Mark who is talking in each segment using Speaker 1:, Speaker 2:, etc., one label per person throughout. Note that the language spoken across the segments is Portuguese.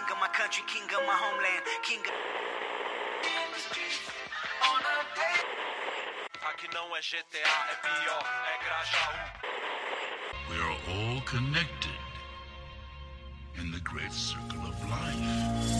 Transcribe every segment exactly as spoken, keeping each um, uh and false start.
Speaker 1: king of my country, king of my homeland, king of...
Speaker 2: Aqui não é G T A, é pior, é Grajaú.
Speaker 3: We are all connected in the great circle of life.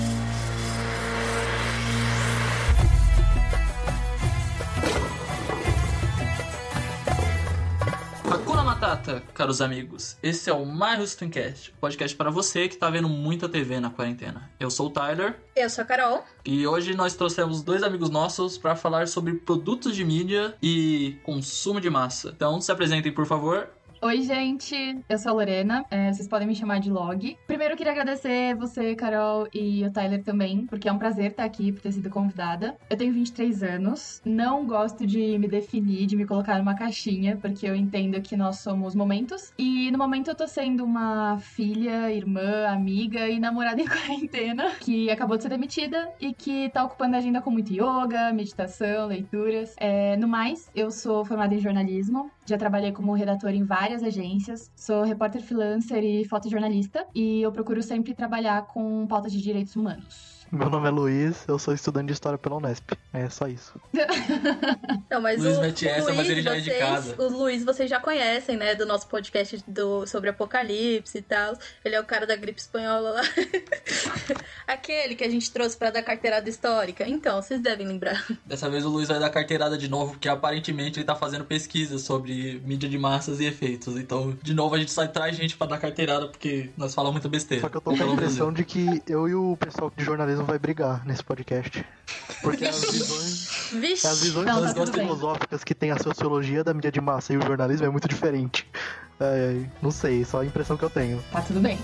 Speaker 4: Hakuna Matata, caros amigos. Esse é o My Hustlingcast, podcast para você que tá vendo muita T V na quarentena. Eu sou o Tyler.
Speaker 5: Eu sou a Carol.
Speaker 4: E hoje nós trouxemos dois amigos nossos para falar sobre produtos de mídia e consumo de massa. Então, se apresentem, por favor.
Speaker 6: Oi, gente, eu sou a Lorena, é, vocês podem me chamar de Log. Primeiro eu queria agradecer você, Carol, e o Tyler também, porque é um prazer estar aqui, por ter sido convidada. Eu tenho vinte e três anos, não gosto de me definir, de me colocar numa caixinha, porque eu entendo que nós somos momentos. E no momento eu tô sendo uma filha, irmã, amiga e namorada em quarentena, que acabou de ser demitida e que tá ocupando a agenda com muito yoga, meditação, leituras. É, no mais, eu sou formada em jornalismo, já trabalhei como redatora em várias várias agências, sou repórter freelancer e fotojornalista e eu procuro sempre trabalhar com pautas de direitos humanos.
Speaker 7: Meu nome é Luiz, eu sou estudante de História pela Unesp. É só isso.
Speaker 5: Não, mas
Speaker 4: Luiz
Speaker 5: o,
Speaker 4: mete
Speaker 5: o
Speaker 4: essa,
Speaker 5: Luiz,
Speaker 4: mas ele já é
Speaker 5: vocês,
Speaker 4: de casa.
Speaker 5: O Luiz, vocês já conhecem, né? Do nosso podcast do, sobre Apocalipse e tal. Ele é o cara da gripe espanhola lá. Aquele que a gente trouxe pra dar carteirada histórica. Então, vocês devem lembrar.
Speaker 4: Dessa vez o Luiz vai dar carteirada de novo, porque aparentemente ele tá fazendo pesquisa sobre mídia de massas e efeitos. Então, de novo, a gente só traz gente pra dar carteirada, porque nós falamos muita besteira.
Speaker 7: Só que eu tô com a impressão de que eu e o pessoal de jornalismo vai brigar nesse podcast. Porque as visões,
Speaker 5: Vixe.
Speaker 7: as visões
Speaker 6: Não,
Speaker 7: das
Speaker 6: tá tudo bem.
Speaker 7: filosóficas que tem a sociologia da mídia de massa e o jornalismo é muito diferente. É, não sei, só a impressão que eu tenho.
Speaker 6: Tá tudo bem.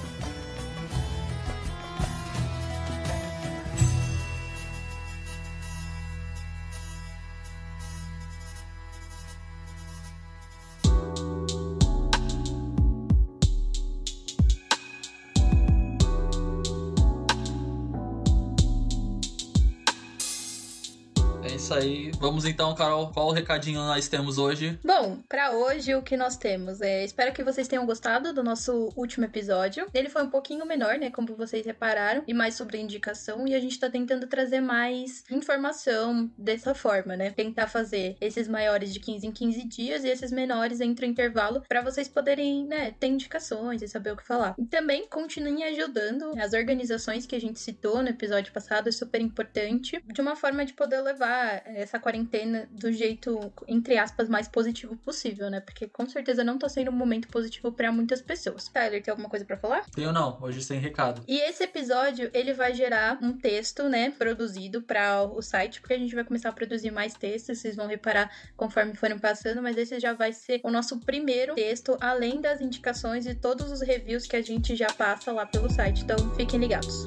Speaker 4: É isso aí. Vamos então, Carol, qual o recadinho nós temos hoje?
Speaker 5: Bom, pra hoje o que nós temos é... Espero que vocês tenham gostado do nosso último episódio. Ele foi um pouquinho menor, né? Como vocês repararam. E mais sobre a indicação. E a gente tá tentando trazer mais informação dessa forma, né? Tentar fazer esses maiores de quinze em quinze dias e esses menores entre o intervalo pra vocês poderem, né? Ter indicações e saber o que falar. E também continuem ajudando as organizações que a gente citou no episódio passado. É super importante. De uma forma de poder levar essa quarentena do jeito, entre aspas, mais positivo possível, né? Porque com certeza não tá sendo um momento positivo pra muitas pessoas. Tyler, tem alguma coisa pra falar?
Speaker 4: Tenho não, hoje sem recado.
Speaker 5: E esse episódio, ele vai gerar um texto, né, produzido para o site, porque a gente vai começar a produzir mais textos, vocês vão reparar conforme forem passando, mas esse já vai ser o nosso primeiro texto, além das indicações e todos os reviews que a gente já passa lá pelo site, então fiquem ligados.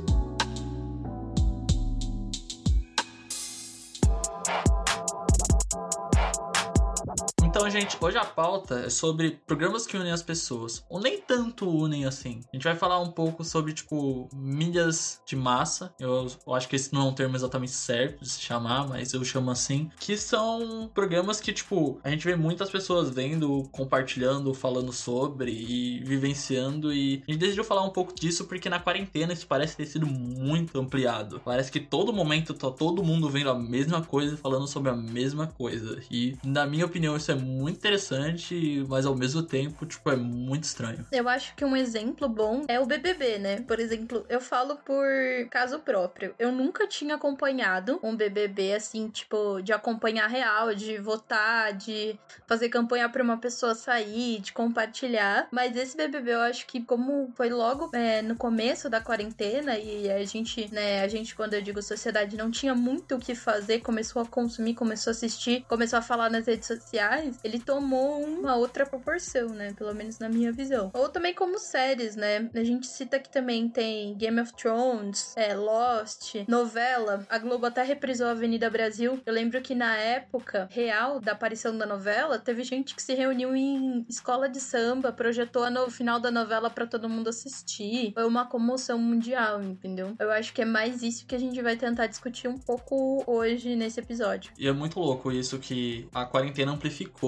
Speaker 4: Então, gente, hoje a pauta é sobre programas que unem as pessoas, ou nem tanto unem assim. A gente vai falar um pouco sobre, tipo, mídias de massa. Eu, eu acho que esse não é um termo exatamente certo de se chamar, mas eu chamo assim. Que são programas que, tipo, a gente vê muitas pessoas vendo, compartilhando, falando sobre e vivenciando. E a gente decidiu falar um pouco disso porque na quarentena isso parece ter sido muito ampliado. Parece que todo momento tá todo mundo vendo a mesma coisa e falando sobre a mesma coisa. E, na minha opinião, isso é muito interessante, mas ao mesmo tempo, tipo, é muito estranho.
Speaker 5: Eu acho que um exemplo bom é o B B B, né? Por exemplo, eu falo por caso próprio. Eu nunca tinha acompanhado um B B B, assim, tipo, de acompanhar real, de votar, de fazer campanha pra uma pessoa sair, de compartilhar. Mas esse B B B, eu acho que como foi logo é, no começo da quarentena e a gente, né, a gente, quando eu digo sociedade, não tinha muito o que fazer, começou a consumir, começou a assistir, começou a falar nas redes sociais, ele tomou uma outra proporção, né? Pelo menos na minha visão. Ou também como séries, né? A gente cita que também tem Game of Thrones, é, Lost, novela. A Globo até reprisou a Avenida Brasil. Eu lembro que na época real da aparição da novela, teve gente que se reuniu em escola de samba, projetou no final da novela pra todo mundo assistir. Foi uma comoção mundial, entendeu? Eu acho que é mais isso que a gente vai tentar discutir um pouco hoje nesse episódio.
Speaker 4: E é muito louco isso que a quarentena amplificou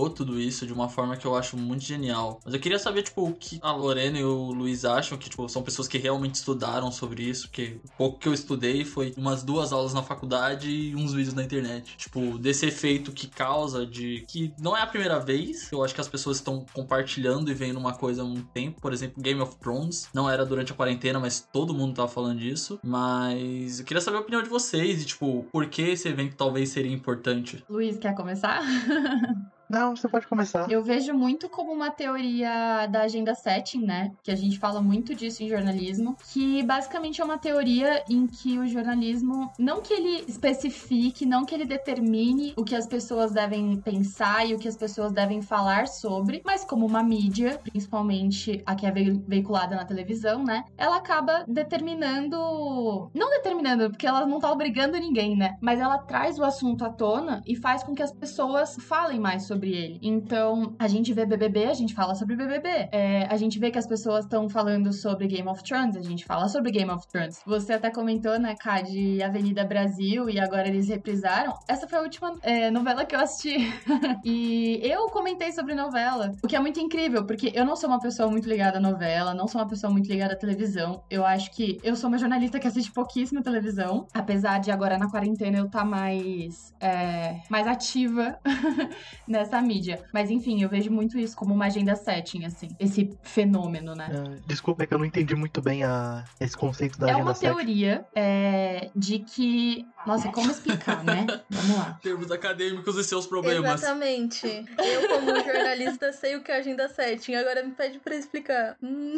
Speaker 4: explicou tudo isso de uma forma que eu acho muito genial. Mas eu queria saber, tipo, o que a Lorena e o Luiz acham, que, tipo, são pessoas que realmente estudaram sobre isso, que o pouco que eu estudei foi umas duas aulas na faculdade e uns vídeos na internet. Tipo, desse efeito que causa de... que não é a primeira vez, eu acho que as pessoas estão compartilhando e vendo uma coisa há um tempo. Por exemplo, Game of Thrones. Não era durante a quarentena, mas todo mundo tava falando disso. Mas eu queria saber a opinião de vocês e, tipo, por que esse evento talvez seria importante.
Speaker 6: Luiz, quer começar?
Speaker 7: Não, você pode começar.
Speaker 6: Eu vejo muito como uma teoria da agenda setting, né? Que a gente fala muito disso em jornalismo, que basicamente é uma teoria em que o jornalismo, não que ele especifique, não que ele determine o que as pessoas devem pensar e o que as pessoas devem falar sobre, mas como uma mídia, principalmente a que é veiculada na televisão, né? Ela acaba determinando... Não determinando, porque ela não tá obrigando ninguém, né? Mas ela traz o assunto à tona e faz com que as pessoas falem mais sobre sobre ele. Então, a gente vê B B B, a gente fala sobre B B B. É, a gente vê que as pessoas estão falando sobre Game of Thrones, a gente fala sobre Game of Thrones. Você até comentou, né, Ká, de Avenida Brasil, e agora eles reprisaram. Essa foi a última é, novela que eu assisti. E eu comentei sobre novela, o que é muito incrível, porque eu não sou uma pessoa muito ligada à novela, não sou uma pessoa muito ligada à televisão. Eu acho que eu sou uma jornalista que assiste pouquíssima televisão, apesar de agora na quarentena eu estar tá mais, é, mais ativa nessa essa mídia. Mas enfim, eu vejo muito isso como uma agenda setting, assim. Esse fenômeno, né?
Speaker 7: Uh, desculpa, é que eu não entendi muito bem a, esse conceito da
Speaker 6: é
Speaker 7: agenda
Speaker 6: setting. É uma teoria é, de que... Nossa, como explicar, né? Vamos lá.
Speaker 4: Termos acadêmicos e seus problemas.
Speaker 5: Exatamente. Eu, como jornalista, sei o que é agenda setting. Agora me pede pra explicar. Hum.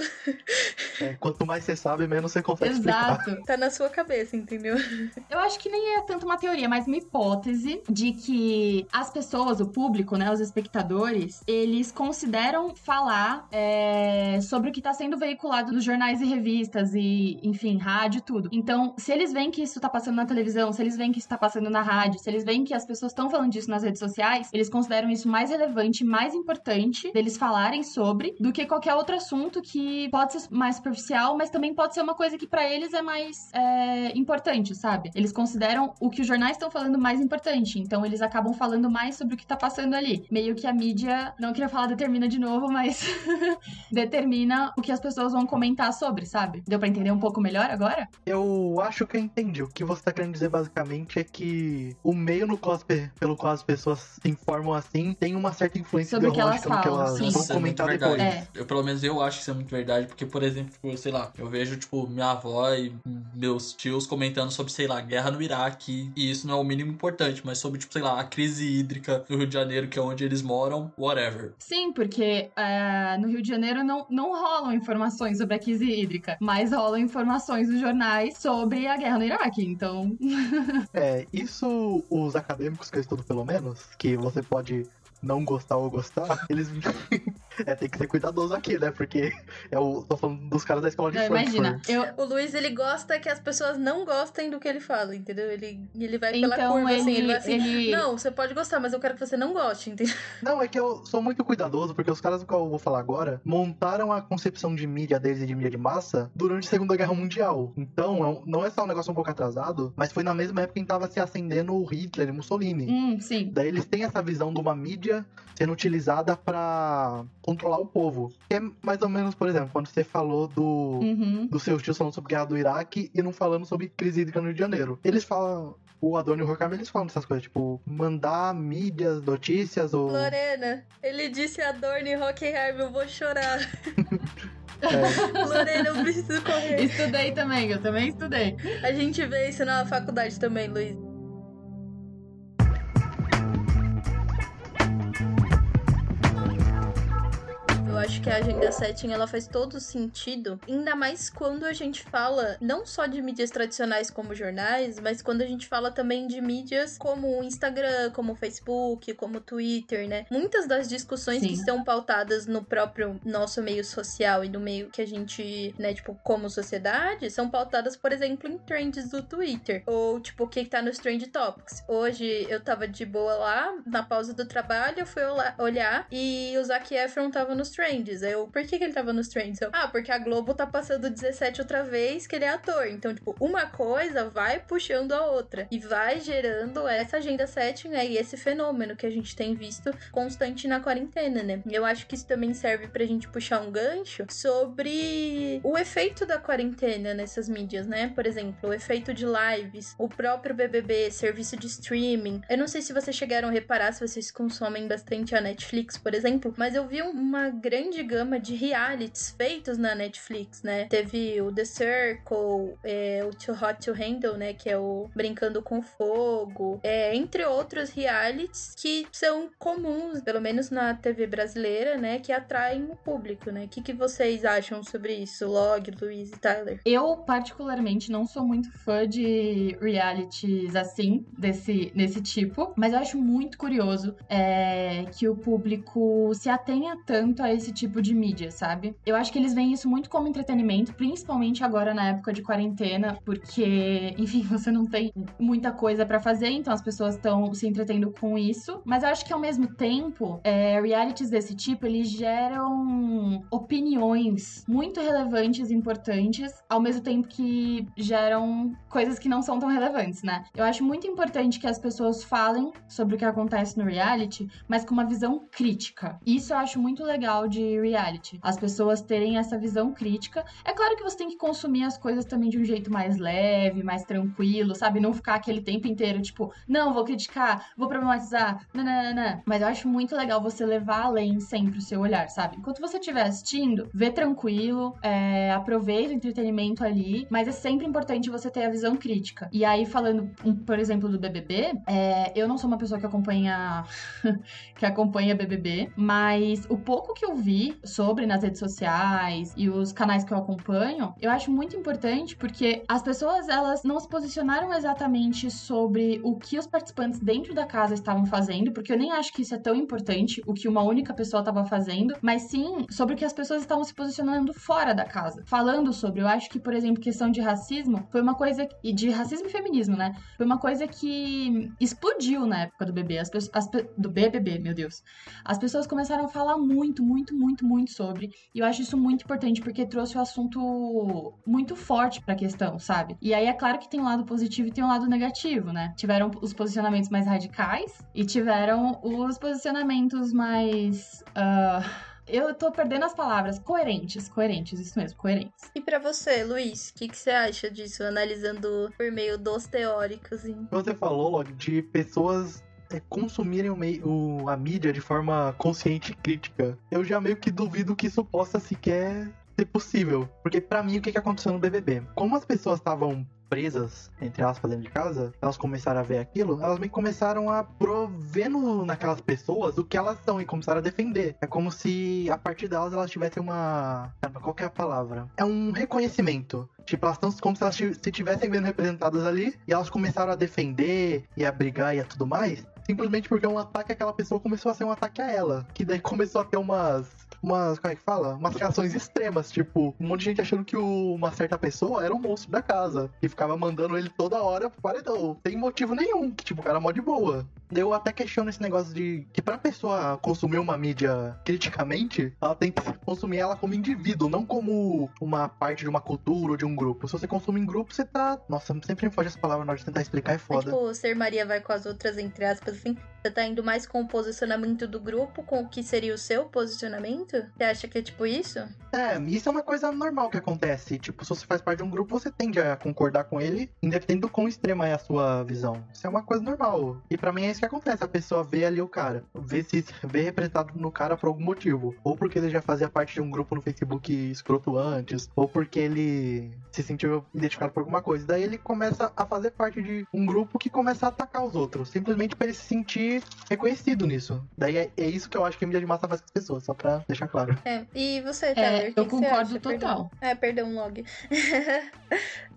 Speaker 7: É, quanto mais você sabe, menos você consegue
Speaker 6: Exato.
Speaker 7: explicar.
Speaker 5: Tá na sua cabeça, entendeu?
Speaker 6: Eu acho que nem é tanto uma teoria, mas uma hipótese de que as pessoas, o público, né, os espectadores, eles consideram falar é, sobre o que tá sendo veiculado nos jornais e revistas e, enfim, rádio e tudo. Então, se eles veem que isso tá passando na televisão, se eles veem que isso tá passando na rádio, se eles veem que as pessoas estão falando disso nas redes sociais, eles consideram isso mais relevante, mais importante deles falarem sobre do que qualquer outro assunto que pode ser mais superficial, mas também pode ser uma coisa que pra eles é mais é, importante, sabe? Eles consideram o que os jornais estão falando mais importante, então eles acabam falando mais sobre o que tá passando ali. Meio que a mídia, não queria falar determina de novo, mas determina o que as pessoas vão comentar sobre, sabe? Deu pra entender um pouco melhor agora?
Speaker 7: Eu acho que eu entendi. O que você tá querendo dizer basicamente é que o meio no qual as, pelo qual as pessoas se informam assim tem uma certa influência
Speaker 6: sobre
Speaker 7: ideológica no que elas
Speaker 6: sim.
Speaker 7: vão
Speaker 4: Isso
Speaker 7: comentar
Speaker 4: é
Speaker 7: depois.
Speaker 6: É.
Speaker 4: Eu, pelo menos eu acho que isso é muito verdade, porque, por exemplo, tipo, sei lá, eu vejo, tipo, minha avó e meus tios comentando sobre, sei lá, guerra no Iraque, e isso não é o mínimo importante, mas sobre, tipo, sei lá, a crise hídrica no Rio de Janeiro, que é onde eles moram, whatever.
Speaker 6: Sim, porque é, no Rio de Janeiro não, não rolam informações sobre a crise hídrica, mas rolam informações nos jornais sobre a guerra no Iraque, então...
Speaker 7: É, isso os acadêmicos que eu estudo pelo menos, que você pode não gostar ou gostar, eles... é, tem que ser cuidadoso aqui, né? Porque eu tô falando dos caras da escola de
Speaker 6: não,
Speaker 7: Frankfurt.
Speaker 6: Imagina, eu...
Speaker 5: O Luiz, ele gosta que as pessoas não gostem do que ele fala, entendeu? Ele, ele vai pela
Speaker 6: Então,
Speaker 5: curva,
Speaker 6: ele,
Speaker 5: assim, ele vai assim,
Speaker 6: ele...
Speaker 5: não, você pode gostar, mas eu quero que você não goste, entendeu?
Speaker 7: Não, é que eu sou muito cuidadoso, porque os caras do qual eu vou falar agora montaram a concepção de mídia deles e de mídia de massa durante a Segunda Guerra Mundial. Então, não é só um negócio um pouco atrasado, mas foi na mesma época em que tava se acendendo o Hitler e Mussolini.
Speaker 6: Hum, sim.
Speaker 7: Daí eles têm essa visão de uma mídia sendo utilizada pra controlar o povo. Que é mais ou menos, por exemplo, quando você falou do,
Speaker 6: Uhum.
Speaker 7: dos seus tios falando sobre a guerra do Iraque e não falando sobre crise hídrica no Rio de Janeiro. Eles falam... O Adorno e o Horkheimer, eles falam dessas coisas, tipo, mandar mídias, notícias ou...
Speaker 5: Lorena, ele disse Adorno e Horkheimer, eu vou chorar.
Speaker 7: É.
Speaker 5: Lorena, eu preciso correr.
Speaker 6: Estudei também, eu também estudei.
Speaker 5: A gente vê isso na faculdade também, Luiz. Eu acho que a agenda setting, ela faz todo sentido, ainda mais quando a gente fala não só de mídias tradicionais como jornais, mas quando a gente fala também de mídias como o Instagram, como o Facebook, como o Twitter, né? Muitas das discussões
Speaker 6: Sim.
Speaker 5: que são pautadas no próprio nosso meio social e no meio que a gente, né, tipo, como sociedade, são pautadas, por exemplo, em trends do Twitter, ou tipo, o que tá nos Trend Topics. Hoje eu tava de boa lá, na pausa do trabalho, eu fui olhar e o Zac Efron tava nos trends. Trends. Aí eu, por que, que ele tava nos Trends? Eu, ah, porque a Globo tá passando dezessete outra vez que ele é ator. Então, tipo, uma coisa vai puxando a outra. E vai gerando essa agenda setting, né? E esse fenômeno que a gente tem visto constante na quarentena, né? Eu acho que isso também serve pra gente puxar um gancho sobre o efeito da quarentena nessas mídias, né? Por exemplo, o efeito de lives, o próprio B B B, serviço de streaming. Eu não sei se vocês chegaram a reparar, se vocês consomem bastante a Netflix, por exemplo, mas eu vi uma grande gama de realities feitos na Netflix, né? Teve o The Circle, é, o Too Hot to Handle, né? Que é o Brincando com Fogo, é, entre outros realities que são comuns, pelo menos na T V brasileira, né? Que atraem o público, né? O que, que vocês acham sobre isso, Log, Luiz e Tyler?
Speaker 6: Eu, particularmente, não sou muito fã de realities assim, desse, desse tipo, mas eu acho muito curioso é, que o público se atenha tanto a esse tipo de mídia, sabe? Eu acho que eles veem isso muito como entretenimento, principalmente agora na época de quarentena, porque, enfim, você não tem muita coisa pra fazer, então as pessoas estão se entretendo com isso, mas eu acho que ao mesmo tempo, é, realities desse tipo, eles geram opiniões muito relevantes e importantes, ao mesmo tempo que geram coisas que não são tão relevantes, né? Eu acho muito importante que as pessoas falem sobre o que acontece no reality, mas com uma visão crítica. Isso eu acho muito legal de reality. As pessoas terem essa visão crítica. É claro que você tem que consumir as coisas também de um jeito mais leve, mais tranquilo, sabe? Não ficar aquele tempo inteiro, tipo, não, vou criticar, vou problematizar, nananana. Mas eu acho muito legal você levar além sempre o seu olhar, sabe? Enquanto você estiver assistindo, vê tranquilo, é, aproveita o entretenimento ali, mas é sempre importante você ter a visão crítica. E aí, falando, por exemplo, do B B B, é, eu não sou uma pessoa que acompanha que acompanha B B B, mas o pouco que eu vi sobre nas redes sociais e os canais que eu acompanho, eu acho muito importante porque as pessoas, elas não se posicionaram exatamente sobre o que os participantes dentro da casa estavam fazendo, porque eu nem acho que isso é tão importante, o que uma única pessoa estava fazendo, mas sim sobre o que as pessoas estavam se posicionando fora da casa. Falando sobre, eu acho que, por exemplo, questão de racismo, foi uma coisa, e de racismo e feminismo, né? Foi uma coisa que explodiu na época do B B B, as, as, do B B B, meu Deus. As pessoas começaram a falar muito, muito, muito, muito sobre, e eu acho isso muito importante, porque trouxe o assunto muito forte pra questão, sabe? E aí é claro que tem um lado positivo e tem um lado negativo, né? Tiveram os posicionamentos mais radicais e tiveram os posicionamentos mais... Uh... Eu tô perdendo as palavras. Coerentes, coerentes, isso mesmo, coerentes.
Speaker 5: E pra você, Luiz, o que, que você acha disso, analisando por meio dos teóricos? Hein?
Speaker 7: Você falou de pessoas é, consumirem o meio, o, a mídia de forma consciente e crítica. Eu já meio que duvido que isso possa sequer ser possível. Porque pra mim, o que, que aconteceu no B B B? Como as pessoas estavam presas, entre aspas, dentro de casa, elas começaram a ver aquilo, elas meio que começaram a prover no, naquelas pessoas o que elas são e começaram a defender. É como se, a partir delas, elas tivessem uma... Qual que é a palavra? É um reconhecimento. Tipo, elas estão como se elas se estivessem vendo representadas ali e elas começaram a defender e a brigar e a tudo mais, simplesmente porque um ataque àquela pessoa começou a ser um ataque a ela. Que daí começou a ter umas... umas, como é que fala? Umas reações extremas, tipo, um monte de gente achando que o, uma certa pessoa era um monstro da casa, e ficava mandando ele toda hora pro paredão, sem motivo nenhum, que tipo, o cara é mó de boa. Eu até questiono esse negócio de que pra pessoa consumir uma mídia criticamente, ela tem que consumir ela como indivíduo, não como uma parte de uma cultura ou de um grupo. Se você consome em grupo, você tá... Nossa, sempre me foge essa palavra na hora de tentar explicar, é foda.
Speaker 5: É tipo, ser Maria vai com as outras, entre aspas, assim, você tá indo mais com o posicionamento do grupo, com o que seria o seu posicionamento? Você acha que é tipo isso?
Speaker 7: É, isso é uma coisa normal que acontece. Tipo, se você faz parte de um grupo, você tende a concordar com ele, independente do quão extrema é a sua visão. Isso é uma coisa normal. E pra mim é isso que acontece. A pessoa vê ali o cara, vê se vê representado no cara por algum motivo. Ou porque ele já fazia parte de um grupo no Facebook escroto antes, ou porque ele se sentiu identificado por alguma coisa. Daí ele começa a fazer parte de um grupo que começa a atacar os outros, simplesmente pra ele se sentir reconhecido nisso. Daí é, é isso que eu acho que a mídia de massa faz com as pessoas, só pra deixar claro.
Speaker 5: É, e você, Tyler?
Speaker 6: É,
Speaker 5: que
Speaker 6: eu
Speaker 5: que
Speaker 6: concordo
Speaker 5: você acha?
Speaker 6: total.
Speaker 5: Perdão. É, perdão, Log.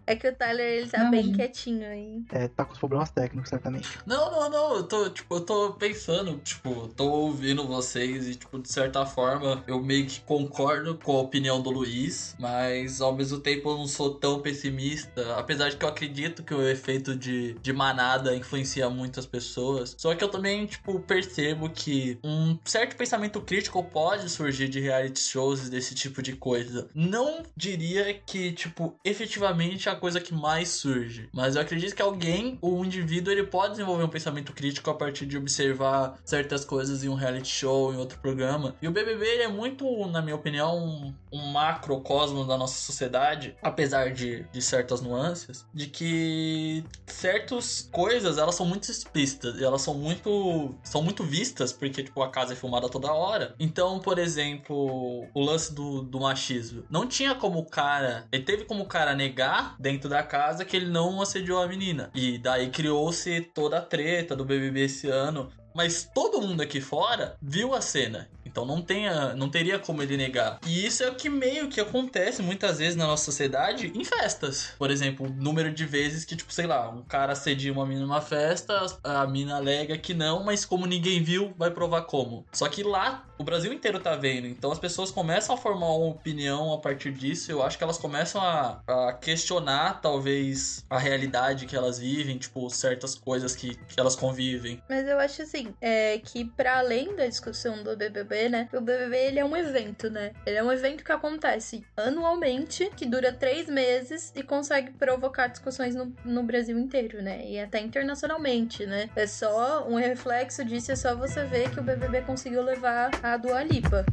Speaker 5: É que o Tyler, ele tá
Speaker 6: Não,
Speaker 5: bem
Speaker 6: gente.
Speaker 5: quietinho aí.
Speaker 7: É, tá com os problemas técnicos, certamente.
Speaker 4: Não, não, não, eu tô, tipo, eu tô pensando, tipo, tô ouvindo vocês e, tipo, de certa forma, eu meio que concordo com a opinião do Luiz, mas ao mesmo tempo eu não sou tão pessimista, apesar de que eu acredito que o efeito de, de manada influencia muito as pessoas, só que eu também, tipo, percebo que um certo pensamento crítico pode surgir de reality shows e desse tipo de coisa. Não diria que, tipo, efetivamente é a coisa que mais surge, mas eu acredito que alguém, ou um indivíduo, ele pode desenvolver um pensamento crítico a partir de observar certas coisas em um reality show, em outro programa. E o B B B, ele é muito, na minha opinião, um, um macrocosmo da nossa sociedade, apesar de, de certas nuances, de que certas coisas, elas são muito explícitas, e elas são muito, são muito vistas, porque, tipo, a casa é filmada toda hora. Então, por exemplo, o lance do, do machismo. Não tinha como o cara, ele teve como o cara negar dentro da casa que ele não assediou a menina. E daí criou-se toda a treta do B B B esse ano. Mas todo mundo aqui fora viu a cena. Então não, tenha, não teria como ele negar. E isso é o que meio que acontece muitas vezes na nossa sociedade em festas. Por exemplo, o número de vezes que, tipo, sei lá, um cara assedia uma mina numa festa, a mina alega que não, mas como ninguém viu, vai provar como. Só que lá, o Brasil inteiro tá vendo. Então as pessoas começam a formar uma opinião a partir disso. Eu acho que elas começam a, a questionar, talvez, a realidade que elas vivem, tipo, certas coisas que, que elas convivem.
Speaker 5: Mas eu acho assim, é que para além da discussão do B B B, né? O B B B, ele é um evento, né? Ele é um evento que acontece anualmente, que dura três meses e consegue provocar discussões no, no Brasil inteiro, né? E até internacionalmente, né? É só um reflexo disso, é só você ver que o B B B conseguiu levar a Dua Lipa.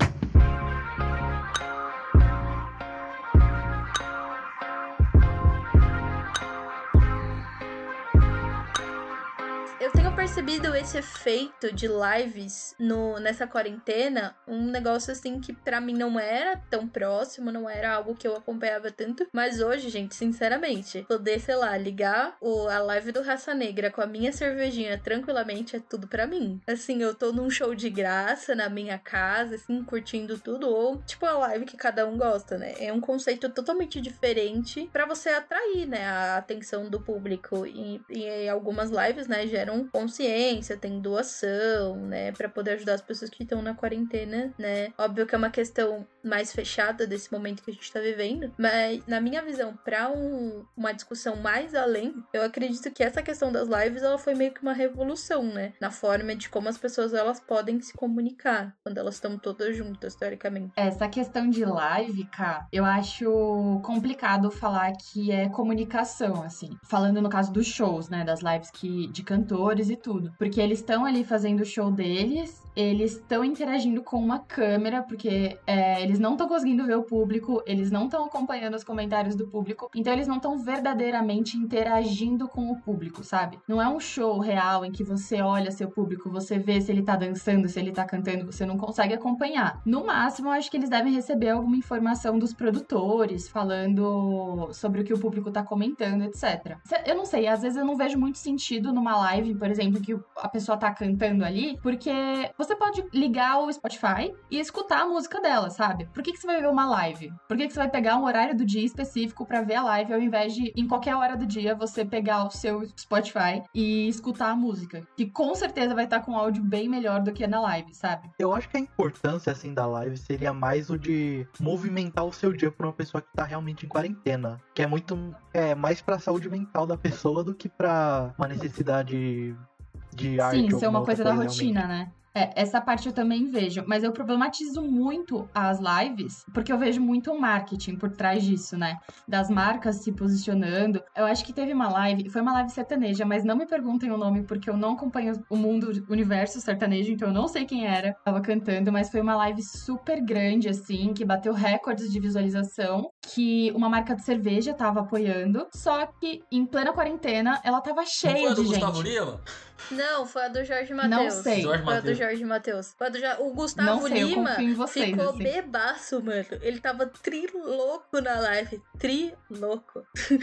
Speaker 5: Eu tenho percebido esse efeito de lives no, nessa quarentena, um negócio assim que pra mim não era tão próximo, não era algo que eu acompanhava tanto, mas hoje, gente, sinceramente, poder, sei lá, ligar o, a live do Raça Negra com a minha cervejinha tranquilamente é tudo pra mim. Assim, eu tô num show de graça na minha casa, assim, curtindo tudo, ou tipo a live que cada um gosta, né? É um conceito totalmente diferente pra você atrair, né, a atenção do público. E, e algumas lives, né, geram consciência, tem doação, né, pra poder ajudar as pessoas que estão na quarentena, né. Óbvio que é uma questão mais fechada desse momento que a gente tá vivendo, mas na minha visão, pra um, uma discussão mais além, eu acredito que essa questão das lives, ela foi meio que uma revolução, né, na forma de como as pessoas, elas podem se comunicar quando elas estão todas juntas, teoricamente.
Speaker 6: Essa questão de live, cara, eu acho complicado falar que é comunicação, assim. Falando no caso dos shows, né, das lives que, de cantores e tudo. Porque eles estão ali fazendo o show deles, eles estão interagindo com uma câmera, porque é, eles não estão conseguindo ver o público, eles não estão acompanhando os comentários do público, então eles não estão verdadeiramente interagindo com o público, sabe? Não é um show real em que você olha seu público, você vê se ele tá dançando, se ele tá cantando, você não consegue acompanhar. No máximo, eu acho que eles devem receber alguma informação dos produtores, falando sobre o que o público tá comentando, etcétera. Eu não sei, às vezes eu não vejo muito sentido numa live, por exemplo, que a pessoa tá cantando ali, porque você pode ligar o Spotify e escutar a música dela, sabe? Por que que você vai ver uma live? Por que que você vai pegar um horário do dia específico pra ver a live, ao invés de, em qualquer hora do dia, você pegar o seu Spotify e escutar a música? Que com certeza vai estar com um áudio bem melhor do que na live, sabe?
Speaker 7: Eu acho que a importância, assim, da live seria mais o de movimentar o seu dia pra uma pessoa que tá realmente em quarentena. Que é muito, é mais pra saúde mental da pessoa do que pra uma necessidade de arte.
Speaker 6: Sim,
Speaker 7: ou
Speaker 6: ser uma
Speaker 7: outra
Speaker 6: coisa da
Speaker 7: realmente.
Speaker 6: rotina, né? É, essa parte eu também vejo, mas eu problematizo muito as lives, porque eu vejo muito o marketing por trás disso, né? Das marcas se posicionando. Eu acho que teve uma live, foi uma live sertaneja, mas não me perguntem o nome, porque eu não acompanho o mundo, o universo sertanejo, então eu não sei quem era. Tava cantando, mas foi uma live super grande, assim, que bateu recordes de visualização, que uma marca de cerveja tava apoiando, só que em plena quarentena, ela tava
Speaker 4: Não
Speaker 6: cheia
Speaker 4: foi a do
Speaker 6: de
Speaker 4: Gustavo
Speaker 6: gente.
Speaker 4: Lima?
Speaker 5: Não, foi a do Jorge Matheus.
Speaker 6: Não sei.
Speaker 4: Jorge
Speaker 5: Foi a do
Speaker 4: Mateus.
Speaker 5: Jorge Matheus. Foi a do Jo- O Gustavo
Speaker 6: Não sei, eu
Speaker 5: Lima
Speaker 6: confio em vocês,
Speaker 5: ficou
Speaker 6: assim.
Speaker 5: bebaço, mano. Ele tava trilouco na live. Trilouco.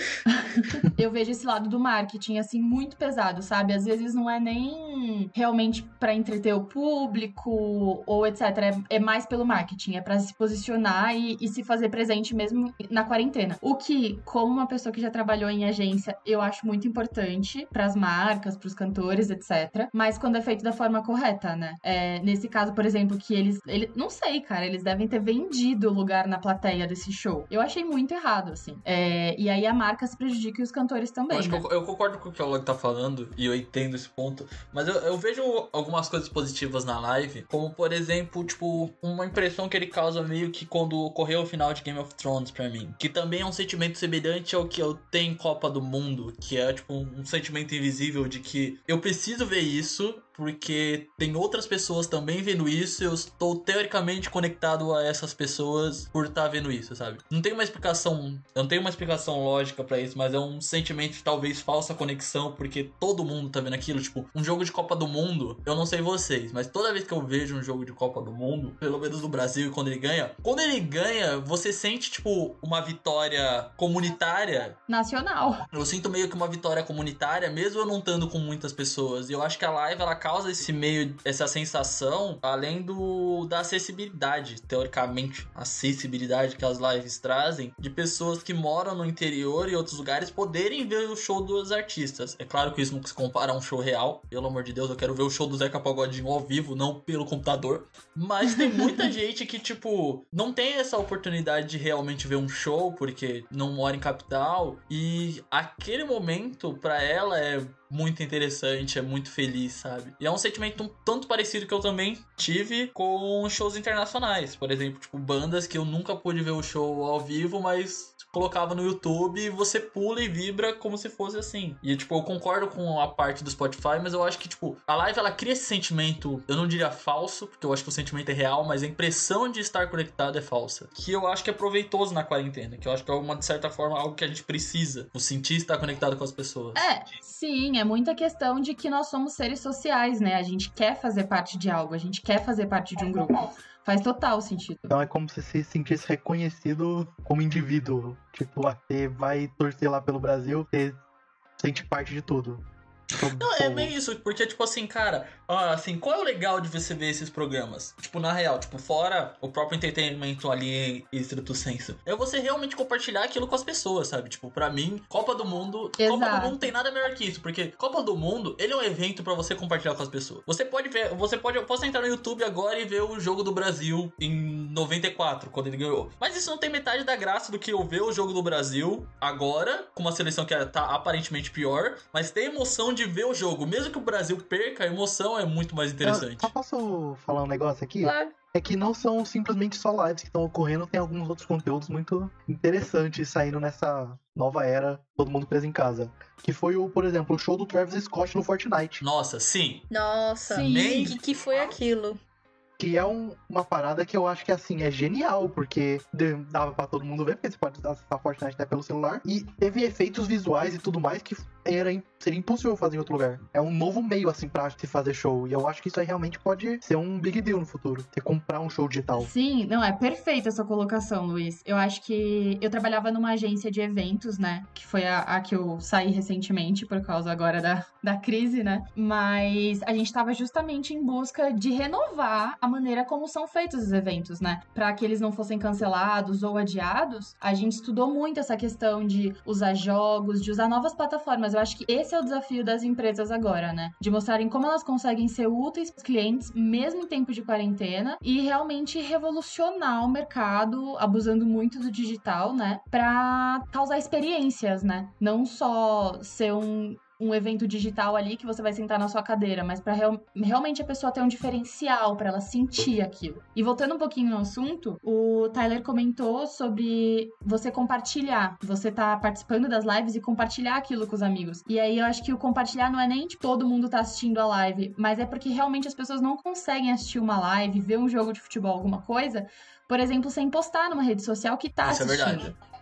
Speaker 6: Eu vejo esse lado do marketing, assim, muito pesado, sabe? Às vezes não é nem realmente pra entreter o público ou etcétera. É, é mais pelo marketing, é pra se posicionar e, e se fazer presente mesmo na quarentena. O que, como uma pessoa que já trabalhou em agência, eu acho muito importante pras marcas, pros cantores, etcétera. Mas quando é feito da forma correta, né? É, nesse caso, por exemplo, que eles, ele, não sei, cara, eles devem ter vendido o lugar na plateia desse show. Eu achei muito errado, assim. É, e aí a marca se prejudica e os cantores também,
Speaker 4: Eu, acho
Speaker 6: né?
Speaker 4: que eu, eu concordo com o que o Log tá falando e eu entendo esse ponto, mas eu, eu vejo algumas coisas positivas na live, como por exemplo, tipo, uma impressão que ele causa meio que quando ocorreu o final de Game of Thrones pra mim, que também é um sentimento semelhante ao que eu tenho em Copa do Mundo, que é tipo um, um sentimento invisível de que eu preciso ver isso porque tem outras pessoas também vendo isso e eu estou teoricamente conectado a essas pessoas por estar vendo isso, sabe? Não tem uma explicação, eu não tenho uma explicação lógica pra isso, mas é um sentimento de talvez falsa conexão, porque todo mundo tá vendo aquilo, tipo, um jogo de Copa do Mundo, eu não sei vocês, mas toda vez que eu vejo um jogo de Copa do Mundo, pelo menos no Brasil, quando ele ganha, quando ele ganha, você sente, tipo, uma vitória comunitária.
Speaker 6: Nacional.
Speaker 4: Eu sinto meio que uma vitória comunitária, mesmo eu não estando com muitas pessoas, e eu acho que a live, ela causa esse meio, essa sensação, além do da acessibilidade, teoricamente, acessibilidade que as lives trazem, de pessoas que moram no interior e outros lugares poderem ver o show dos artistas. É claro que isso não se compara a um show real, pelo amor de Deus, eu quero ver o show do Zeca Pagodinho ao vivo, não pelo computador, mas tem muita gente que, tipo, não tem essa oportunidade de realmente ver um show, porque não mora em capital, e aquele momento, pra ela, é muito interessante, é muito feliz, sabe? E é um sentimento um tanto parecido que eu também tive com shows internacionais. Por exemplo, tipo, bandas que eu nunca pude ver o show ao vivo, mas colocava no YouTube e você pula e vibra como se fosse assim. E, tipo, eu concordo com a parte do Spotify, mas eu acho que, tipo, a live, ela cria esse sentimento, eu não diria falso, porque eu acho que o sentimento é real, mas a impressão de estar conectado é falsa. Que eu acho que é proveitoso na quarentena, que eu acho que é, uma, de certa forma, algo que a gente precisa. O sentir estar conectado com as pessoas.
Speaker 6: É, sim, é muita questão de que nós somos seres sociais, né? A gente quer fazer parte de algo, a gente quer fazer parte de um grupo. Faz total sentido.
Speaker 7: Então é como se se sentisse reconhecido como indivíduo. Tipo, ah, você vai torcer lá pelo Brasil, você sente parte de tudo.
Speaker 4: Não, é meio isso, porque, tipo assim, cara, assim, qual é o legal de você ver esses programas? Tipo, na real, tipo, fora o próprio entretenimento ali em estrito senso, é você realmente compartilhar aquilo com as pessoas, sabe? Tipo, pra mim, Copa do Mundo,
Speaker 6: Exato.
Speaker 4: Copa do Mundo não tem nada melhor que isso, porque Copa do Mundo, ele é um evento pra você compartilhar com as pessoas. Você pode ver, você pode, eu posso entrar no YouTube agora e ver o jogo do Brasil em noventa e quatro, quando ele ganhou. Mas isso não tem metade da graça do que eu ver o jogo do Brasil agora, com uma seleção que tá aparentemente pior, mas tem emoção de ver o jogo. Mesmo que o Brasil perca, a emoção é muito mais interessante.
Speaker 7: Eu só posso falar um negócio aqui?
Speaker 5: Claro.
Speaker 7: É que não são simplesmente só lives que estão ocorrendo, tem alguns outros conteúdos muito interessantes saindo nessa nova era, todo mundo preso em casa. Que foi, o, por exemplo, o show do Travis Scott no Fortnite.
Speaker 4: Nossa, sim.
Speaker 5: Nossa,
Speaker 6: Sim.
Speaker 5: o que, que foi aquilo?
Speaker 7: Que é um- uma parada que eu acho que, assim, é genial, porque de- dava pra todo mundo ver, porque você pode acessar Fortnite até pelo celular. E teve efeitos visuais e tudo mais que era, im- seria impossível fazer em outro lugar. É um novo meio, assim, pra se fazer show. E eu acho que isso aí realmente pode ser um big deal no futuro. Você comprar um show digital.
Speaker 6: Sim, não, é perfeita essa colocação, Luiz. Eu acho que eu trabalhava numa agência de eventos, né? Que foi a, a que eu saí recentemente, por causa agora da, da crise, né? Mas a gente tava justamente em busca de renovar a maneira como são feitos os eventos, né? Pra que eles não fossem cancelados ou adiados, a gente estudou muito essa questão de usar jogos, de usar novas plataformas. Eu acho que esse é o desafio das empresas agora, né? De mostrarem como elas conseguem ser úteis para os clientes, mesmo em tempo de quarentena, e realmente revolucionar o mercado, abusando muito do digital, né? Pra causar experiências, né? Não só ser um. um evento digital ali que você vai sentar na sua cadeira, mas pra real- realmente a pessoa ter um diferencial, pra ela sentir aquilo. E voltando um pouquinho no assunto, o Tyler comentou sobre você compartilhar, você tá participando das lives e compartilhar aquilo com os amigos. E aí eu acho que o compartilhar não é nem tipo todo mundo tá assistindo a live, mas é porque realmente as pessoas não conseguem assistir uma live, ver um jogo de futebol, alguma coisa, por exemplo, sem postar numa rede social que tá
Speaker 4: Isso é
Speaker 6: assistindo.
Speaker 4: verdade.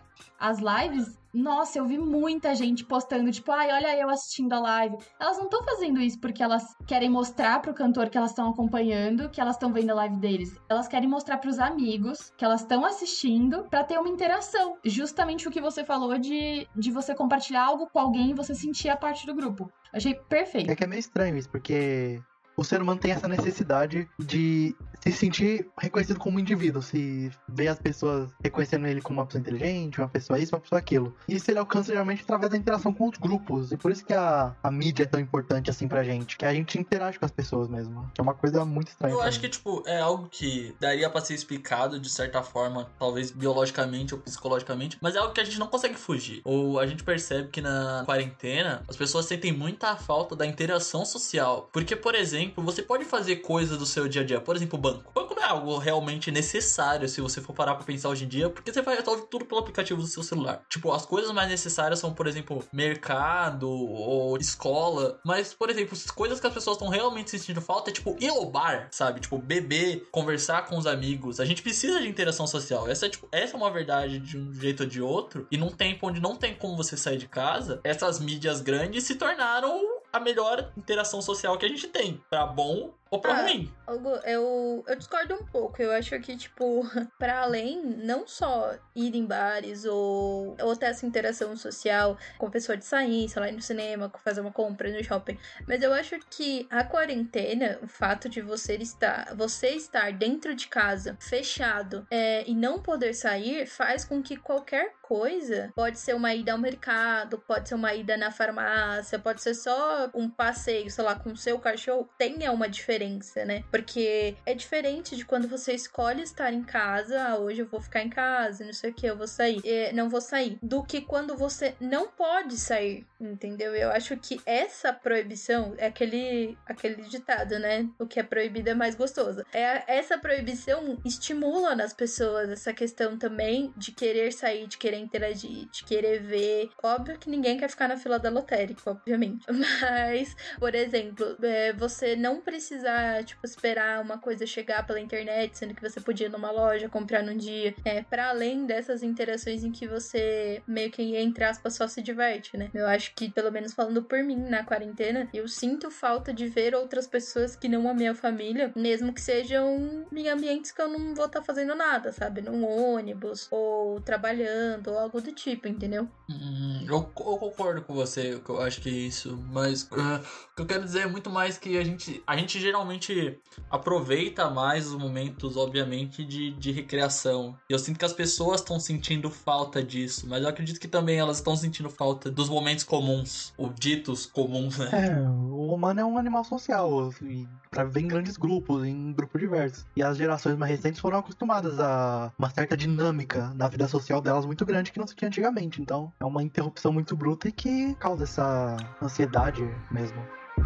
Speaker 6: as lives, nossa, eu vi muita gente postando, tipo, ai, olha eu assistindo a live. Elas não estão fazendo isso porque elas querem mostrar pro cantor que elas estão acompanhando, que elas estão vendo a live deles. Elas querem mostrar pros amigos que elas estão assistindo pra ter uma interação. Justamente o que você falou de, de você compartilhar algo com alguém e você sentir a parte do grupo. Achei perfeito.
Speaker 7: É que é meio estranho isso, porque o ser humano tem essa necessidade de se sentir reconhecido como indivíduo, se ver as pessoas reconhecendo ele como uma pessoa inteligente, uma pessoa isso, uma pessoa aquilo. E isso ele alcança geralmente através da interação com os grupos, e por isso que a, a mídia é tão importante assim pra gente, que a gente interage com as pessoas mesmo, que é uma coisa muito estranha.
Speaker 4: Eu
Speaker 7: pra
Speaker 4: acho
Speaker 7: mim.
Speaker 4: que, tipo, é algo que daria pra ser explicado de certa forma, talvez biologicamente ou psicologicamente, mas é algo que a gente não consegue fugir. Ou a gente percebe que na quarentena as pessoas sentem muita falta da interação social. Porque, por exemplo, você pode fazer coisas do seu dia a dia, por exemplo, banco. Banco não é algo realmente necessário se você for parar pra pensar hoje em dia, porque você faz tudo pelo aplicativo do seu celular. Tipo, as coisas mais necessárias são, por exemplo, mercado ou escola, mas, por exemplo, as coisas que as pessoas estão realmente sentindo falta é, tipo, ir ao bar, sabe? Tipo, beber, conversar com os amigos. A gente precisa de interação social. Essa é, tipo, essa é uma verdade de um jeito ou de outro, e num tempo onde não tem como você sair de casa, essas mídias grandes se tornaram a melhor interação social que a gente tem, pra bom ou pra
Speaker 5: Ah,
Speaker 4: ruim.
Speaker 5: Hugo, eu, eu discordo um pouco. Eu acho que, tipo, pra além, não só ir em bares ou, ou ter essa interação social com a pessoa de sair, sei lá, ir no cinema, fazer uma compra no shopping, mas eu acho que a quarentena, o fato de você estar, você estar dentro de casa, fechado, é, e não poder sair, faz com que qualquer coisa, pode ser uma ida ao mercado, pode ser uma ida na farmácia, pode ser só um passeio, sei lá, com o seu cachorro, tenha uma diferença, né? Porque é diferente de quando você escolhe estar em casa, ah, hoje eu vou ficar em casa, não sei o que, eu vou sair, é, não vou sair, do que quando você não pode sair, entendeu? Eu acho que essa proibição é aquele, aquele ditado, né? O que é proibido é mais gostoso. É, essa proibição estimula nas pessoas essa questão também de querer sair, de querer interagir, de querer ver. Óbvio que ninguém quer ficar na fila da lotérica, obviamente. Mas, por exemplo, é, você não precisar, tipo, esperar uma coisa chegar pela internet, sendo que você podia ir numa loja, comprar num dia. É, para além dessas interações em que você meio que, entre aspas, só se diverte, né? Eu acho que, pelo menos falando por mim, na quarentena, eu sinto falta de ver outras pessoas que não a minha família, mesmo que sejam em ambientes que eu não vou estar tá fazendo nada, sabe? Num ônibus, ou trabalhando, ou algo do tipo, entendeu?
Speaker 4: Hum, eu, eu concordo com você, eu acho que é isso, mas uh, o que eu quero dizer é muito mais que a gente, a gente geralmente aproveita mais os momentos, obviamente, de, de recreação. Eu sinto que as pessoas estão sentindo falta disso, mas eu acredito que também elas estão sentindo falta dos momentos comuns, ou ditos comuns, né?
Speaker 7: É, o humano é um animal social, e pra viver em grandes grupos, em grupos diversos. E as gerações mais recentes foram acostumadas a uma certa dinâmica na vida social delas muito grande que não se tinha antigamente. Então, é uma interrupção muito bruta e que causa essa ansiedade mesmo.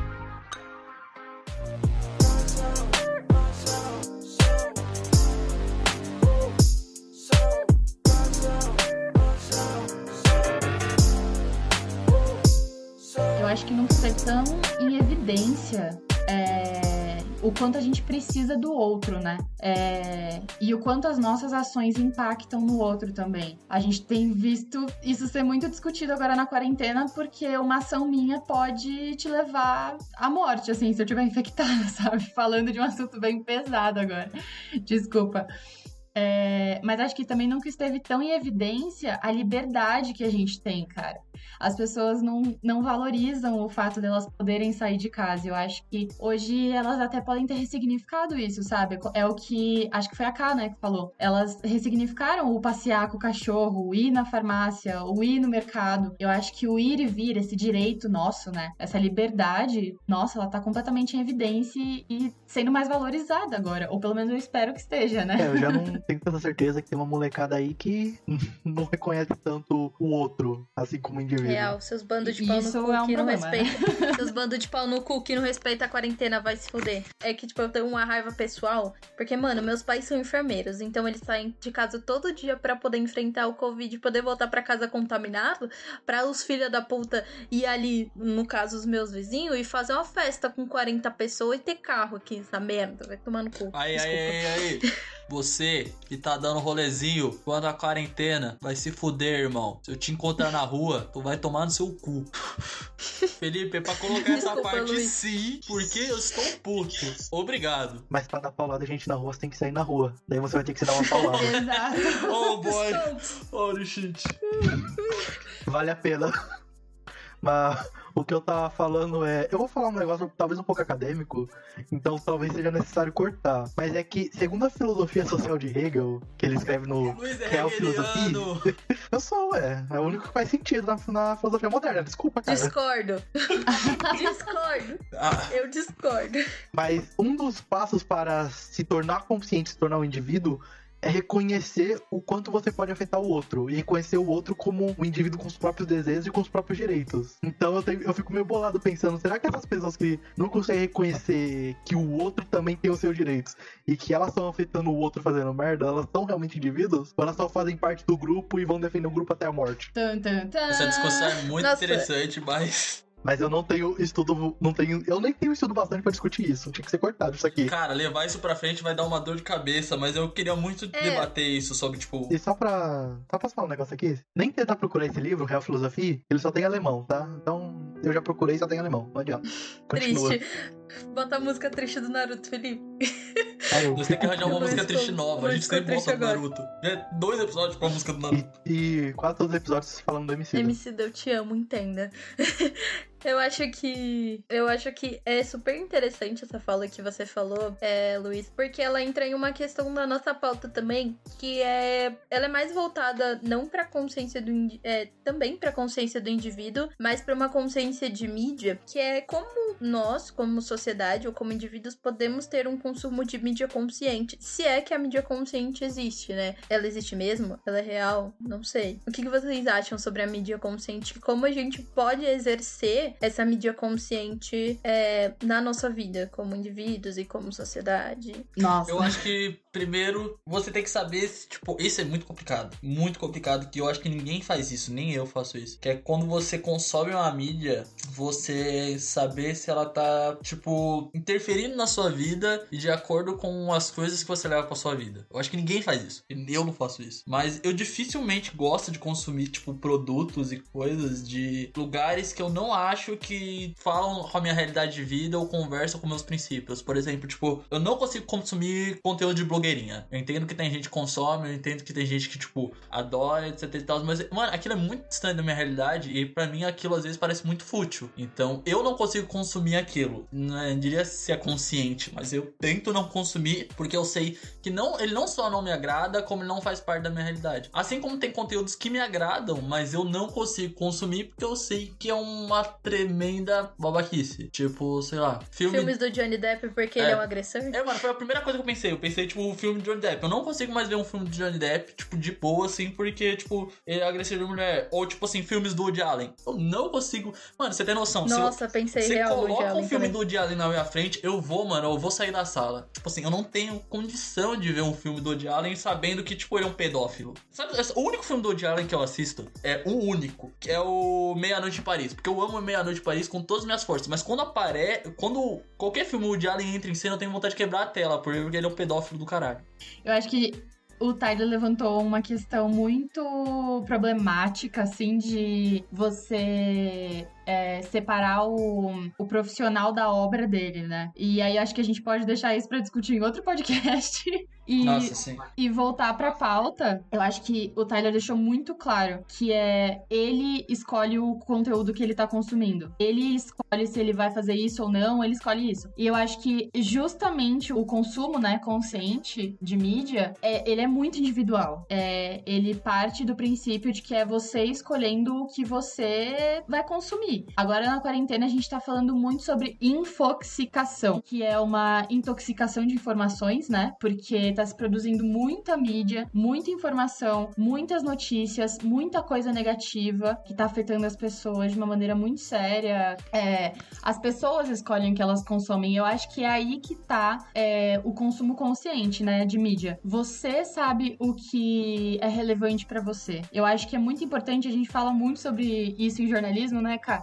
Speaker 6: Eu acho que não ser tão em evidência é, o quanto a gente precisa do outro, né? É, e o quanto as nossas ações impactam no outro também. A gente tem visto isso ser muito discutido agora na quarentena, porque uma ação minha pode te levar à morte, assim, se eu estiver infectada, sabe? Falando de um assunto bem pesado agora. Desculpa. É, mas acho que também nunca esteve tão em evidência a liberdade que a gente tem, cara. As pessoas não, não valorizam o fato delas poderem sair de casa. Eu acho que hoje elas até podem ter ressignificado isso, sabe? É o que... Acho que foi a Ká, né, que falou. Elas ressignificaram o passear com o cachorro, o ir na farmácia, o ir no mercado. Eu acho que o ir e vir, esse direito nosso, né? Essa liberdade, nossa, ela tá completamente em evidência e, e sendo mais valorizada agora. Ou pelo menos eu espero que esteja, né?
Speaker 7: É, eu já não tenho tanta certeza que tem uma molecada aí que não reconhece tanto o outro, assim como o indivíduo.
Speaker 5: Real, seus bandos de pau
Speaker 6: Isso
Speaker 5: no cu
Speaker 6: é um
Speaker 5: que não
Speaker 6: problema.
Speaker 5: respeitam. Seus bandos de pau no cu que não respeita a quarentena, vai se fuder. É que, tipo, eu tenho uma raiva pessoal, porque, mano, meus pais são enfermeiros, então eles saem de casa todo dia pra poder enfrentar o Covid e poder voltar pra casa contaminado, pra os filhos da puta ir ali, no caso, os meus vizinhos, e fazer uma festa com quarenta pessoas e ter carro aqui, essa merda. Vai tomar no cu.
Speaker 4: Aí,
Speaker 5: Desculpa.
Speaker 4: aí, aí, aí. Você que tá dando rolezinho quando a quarentena vai se fuder, irmão. Se eu te encontrar na rua, tu vai tomar no seu cu. Felipe, é pra colocar essa
Speaker 5: Desculpa,
Speaker 4: parte
Speaker 5: Luiz.
Speaker 4: sim, porque eu estou puto. Obrigado.
Speaker 7: Mas pra dar paulada, gente na rua, você tem que sair na rua. Daí você vai ter que se dar uma paulada.
Speaker 6: Exato.
Speaker 4: Oh, boy.
Speaker 5: Stonks.
Speaker 4: Holy shit.
Speaker 7: Vale a pena. Mas o que eu tava falando é... Eu vou falar um negócio talvez um pouco acadêmico, então talvez seja necessário cortar. Mas é que, segundo a filosofia social de Hegel, que ele escreve no
Speaker 4: Luiz é
Speaker 7: Real Filosofia...
Speaker 4: hegeliano.
Speaker 7: Eu sou, é. É o único que faz sentido na, na filosofia moderna. Desculpa, cara.
Speaker 5: Discordo. Discordo.
Speaker 4: Ah,
Speaker 5: Eu discordo.
Speaker 7: Mas um dos passos para se tornar consciente, se tornar um indivíduo, é reconhecer o quanto você pode afetar o outro. E reconhecer o outro como um indivíduo com os próprios desejos e com os próprios direitos. Então eu, tenho, eu fico meio bolado pensando, será que essas pessoas que não conseguem reconhecer que o outro também tem os seus direitos e que elas estão afetando o outro fazendo merda, elas são realmente indivíduos? Ou elas só fazem parte do grupo e vão defender o grupo até a morte?
Speaker 6: Tan, tan, tan.
Speaker 4: essa discussão é muito
Speaker 5: Nossa.
Speaker 4: interessante, mas...
Speaker 7: Mas eu não tenho estudo, não tenho, eu nem tenho estudo bastante pra discutir isso. Tinha que ser cortado isso aqui.
Speaker 4: Cara, levar isso pra frente vai dar uma dor de cabeça, mas eu queria muito
Speaker 5: É.
Speaker 4: debater isso sobre, tipo...
Speaker 7: E só pra. Só pra falar um negócio aqui. Nem tentar procurar esse livro, Real Filosofia, ele só tem alemão, tá? Então eu já procurei e só tem alemão. Não adianta. Continua.
Speaker 5: Triste. Bota a música triste do Naruto, Felipe.
Speaker 7: Aí eu
Speaker 4: Você tem que arranjar uma
Speaker 5: Eu
Speaker 4: música
Speaker 5: vou
Speaker 4: triste
Speaker 5: esco-
Speaker 4: nova, a
Speaker 5: vou
Speaker 4: gente sempre
Speaker 5: escutar
Speaker 4: volta do
Speaker 5: triste
Speaker 4: Naruto. Já é dois episódios com a música do Naruto.
Speaker 7: E, e quase todos os episódios falando do M C.
Speaker 5: M C D, eu te amo, entenda. Eu acho que. Eu acho que é super interessante essa fala que você falou, é, Luiz, porque ela entra em uma questão da nossa pauta também, que é. Ela é mais voltada não pra consciência do. indi- É, também pra consciência do indivíduo, mas pra uma consciência de mídia, que é como nós, como sociedade ou como indivíduos, podemos ter um consumo de mídia consciente. Se é que a mídia consciente existe, né? Ela existe mesmo? Ela é real? Não sei. O que que vocês acham sobre a mídia consciente? Como a gente pode exercer essa mídia consciente é, na nossa vida, como indivíduos e como sociedade?
Speaker 6: Nossa.
Speaker 4: Eu acho que, primeiro, você tem que saber se, tipo, isso é muito complicado. Muito complicado, que eu acho que ninguém faz isso, nem eu faço isso. Que é quando você consome uma mídia, você saber se ela tá, tipo, interferindo na sua vida e de acordo com as coisas que você leva pra sua vida. Eu acho que ninguém faz isso. Eu não faço isso. Mas eu dificilmente gosto de consumir, tipo, produtos e coisas de lugares que eu não acho que falam com a minha realidade de vida ou conversam com meus princípios. Por exemplo, tipo, eu não consigo consumir conteúdo de blogueirinha. Eu entendo que tem gente que consome, eu entendo que tem gente que, tipo, adora, etc e tal, mas, mano, aquilo é muito distante da minha realidade e pra mim aquilo às vezes parece muito fútil. Então, eu não consigo consumir aquilo. Não diria se é consciente, mas eu tento não consumir porque eu sei que não, ele não só não me agrada, como ele não faz parte da minha realidade. Assim como tem conteúdos que me agradam, mas eu não consigo consumir porque eu sei que é uma tremenda babaquice. Tipo, sei lá, filme...
Speaker 5: Filmes do Johnny Depp porque
Speaker 4: É.
Speaker 5: ele é um agressor?
Speaker 4: É, mano, foi a primeira coisa que eu pensei. Eu pensei, tipo, o filme de Johnny Depp. Eu não consigo mais ver um filme de Johnny Depp, tipo, de boa, assim, porque, tipo, ele é agressor de mulher. Ou, tipo, assim, filmes do Woody Allen. Eu não consigo... Mano, você tem noção? se eu-
Speaker 5: Nossa, pensei
Speaker 4: Você
Speaker 5: real no
Speaker 4: coloca
Speaker 5: Woody
Speaker 4: um
Speaker 5: Allen
Speaker 4: filme
Speaker 5: também.
Speaker 4: do Woody Allen na minha frente, eu vou, mano, eu vou sair da sala. Tipo assim, eu não tenho condição de ver um filme do Woody Allen sabendo que, tipo, ele é um pedófilo. Sabe, o único filme do Woody Allen que eu assisto é o único, que é o Meia-Noite em Paris. Porque eu amo Meia-Noite em Paris com todas as minhas forças. Mas quando aparece, quando qualquer filme do Woody Allen entra em cena, eu tenho vontade de quebrar a tela, porque ele é um pedófilo do caralho.
Speaker 6: Eu acho que o Tyler levantou uma questão muito problemática, assim, de você é, separar o, o profissional da obra dele, né? E aí acho que a gente pode deixar isso pra discutir em outro podcast. E,
Speaker 4: Nossa, sim.
Speaker 6: e voltar pra pauta, eu acho que o Tyler deixou muito claro que é ele escolhe o conteúdo que ele tá consumindo. Ele escolhe se ele vai fazer isso ou não, ele escolhe isso. E eu acho que justamente o consumo, né, consciente de mídia, é, ele é muito individual. É, ele parte do princípio de que é você escolhendo o que você vai consumir. Agora na quarentena a gente tá falando muito sobre infoxicação, que é uma intoxicação de informações, né? Porque tá se produzindo muita mídia, muita informação, muitas notícias, muita coisa negativa que tá afetando as pessoas de uma maneira muito séria. É, as pessoas escolhem o que elas consomem. Eu acho que é aí que tá é, o consumo consciente, né, de mídia. Você sabe o que é relevante pra você. Eu acho que é muito importante, a gente fala muito sobre isso em jornalismo, né, Ká?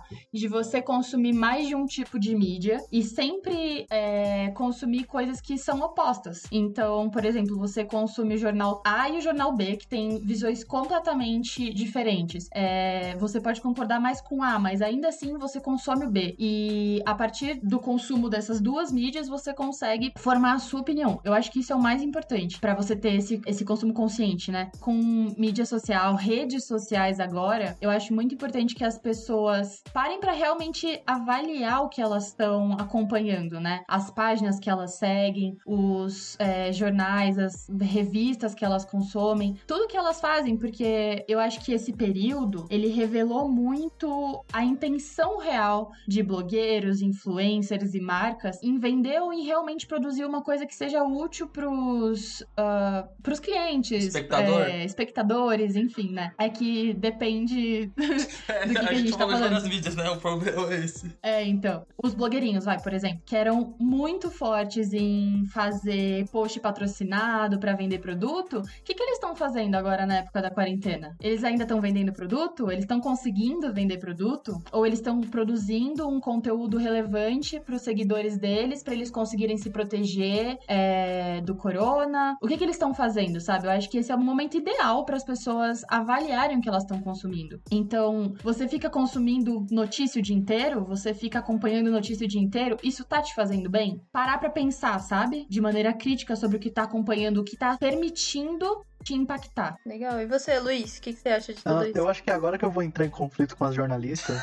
Speaker 6: de você consumir mais de um tipo de mídia e sempre é, consumir coisas que são opostas. Então, por exemplo, você consome o jornal A e o jornal B, que tem visões completamente diferentes. É, você pode concordar mais com A, mas ainda assim você consome o B. E a partir do consumo dessas duas mídias, você consegue formar a sua opinião. Eu acho que isso é o mais importante pra você ter esse, esse consumo consciente, né? Com mídia social, redes sociais agora, eu acho muito importante que as pessoas parem pra realmente avaliar o que elas estão acompanhando, né? As páginas que elas seguem, os é, jornais, as revistas que elas consomem, tudo que elas fazem, porque eu acho que esse período, ele revelou muito a intenção real de blogueiros, influencers e marcas em vender ou em realmente produzir uma coisa que seja útil pros, uh, pros clientes,
Speaker 4: Espectador.
Speaker 6: é, espectadores, enfim, né? É que depende do que, que a,
Speaker 4: a
Speaker 6: gente
Speaker 4: gente
Speaker 6: tá
Speaker 4: falou
Speaker 6: falando.
Speaker 4: nas mídias, né? O problema é esse.
Speaker 6: É, então. Os blogueirinhos, vai, por exemplo, que eram muito fortes em fazer post patrocinado pra vender produto, o que, que eles estão fazendo agora na época da quarentena? Eles ainda estão vendendo produto? Eles estão conseguindo vender produto? Ou eles estão produzindo um conteúdo relevante pros seguidores deles, pra eles conseguirem se proteger é, do corona? O que, que eles estão fazendo, sabe? Eu acho que esse é o momento ideal para as pessoas avaliarem o que elas estão consumindo. Então, você fica consumindo notícia o dia inteiro? Você fica acompanhando notícia o dia inteiro? Isso tá te fazendo bem? Parar pra pensar, sabe? De maneira crítica sobre o que tá acompanhando, o que tá permitindo te impactar.
Speaker 5: Legal. E você, Luiz? O que, que você acha de tudo
Speaker 7: Ah,
Speaker 5: isso?
Speaker 7: eu acho que agora que eu vou entrar em conflito com as jornalistas.